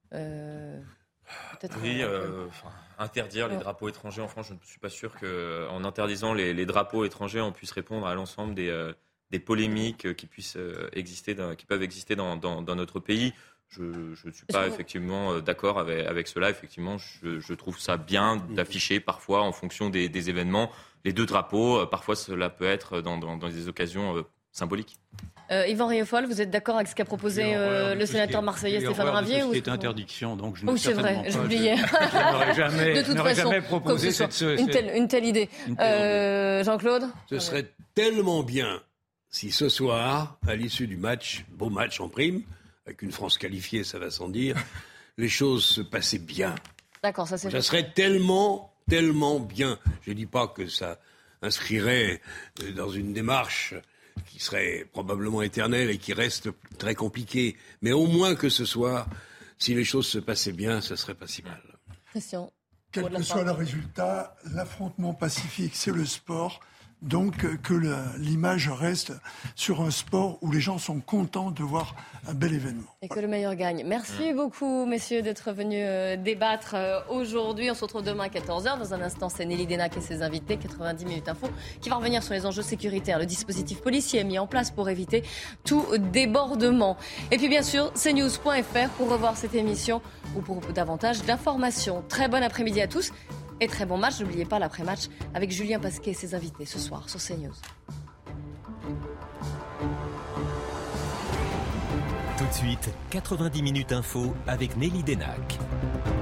Euh, peut-être oui, euh, enfin, interdire les drapeaux étrangers en France, je ne suis pas sûr qu'en interdisant les, les drapeaux étrangers, on puisse répondre à l'ensemble des, euh, des polémiques qui, puissent, euh, exister dans, qui peuvent exister dans, dans, dans notre pays. Je ne suis pas effectivement euh, d'accord avec, avec cela. Effectivement, je, je trouve ça bien d'afficher parfois en fonction des, des événements les deux drapeaux. Euh, parfois, cela peut être dans, dans, dans des occasions euh, symbolique. Euh, Yvan Rieffol, vous êtes d'accord avec ce qu'a proposé euh, le sénateur marseillais Stéphane Ravier ou c'est interdiction, donc je ne oui, c'est vrai, j'oubliais. Je n'aurais jamais, de toute façon, jamais proposé cette, cette, une, telle, une telle idée. Une telle euh, Jean-Claude? Ce serait tellement bien si ce soir, à l'issue du match, beau match en prime, avec une France qualifiée, ça va sans dire, les choses se passaient bien. D'accord, ça c'est Ça serait tellement, tellement bien. Je ne dis pas que ça inscrirait dans une démarche qui serait probablement éternel et qui reste très compliqué. Mais au moins que ce soir, si les choses se passaient bien, ce serait pas si mal. Christian. Quel que soit le résultat, l'affrontement pacifique, c'est le sport. Donc que le, l'image reste sur un sport où les gens sont contents de voir un bel événement. Et que le meilleur gagne. Merci beaucoup, messieurs, d'être venus euh, débattre euh, aujourd'hui. On se retrouve demain à quatorze heures. Dans un instant, c'est Nelly Denac et ses invités, quatre-vingt-dix minutes info, qui va revenir sur les enjeux sécuritaires. Le dispositif policier est mis en place pour éviter tout débordement. Et puis, bien sûr, c news point f r pour revoir cette émission ou pour davantage d'informations. Très bon après-midi à tous. Et très bon match, n'oubliez pas l'après-match avec Julien Pasquet et ses invités ce soir sur CNews. Tout de suite, quatre-vingt-dix minutes info avec Nelly Denac.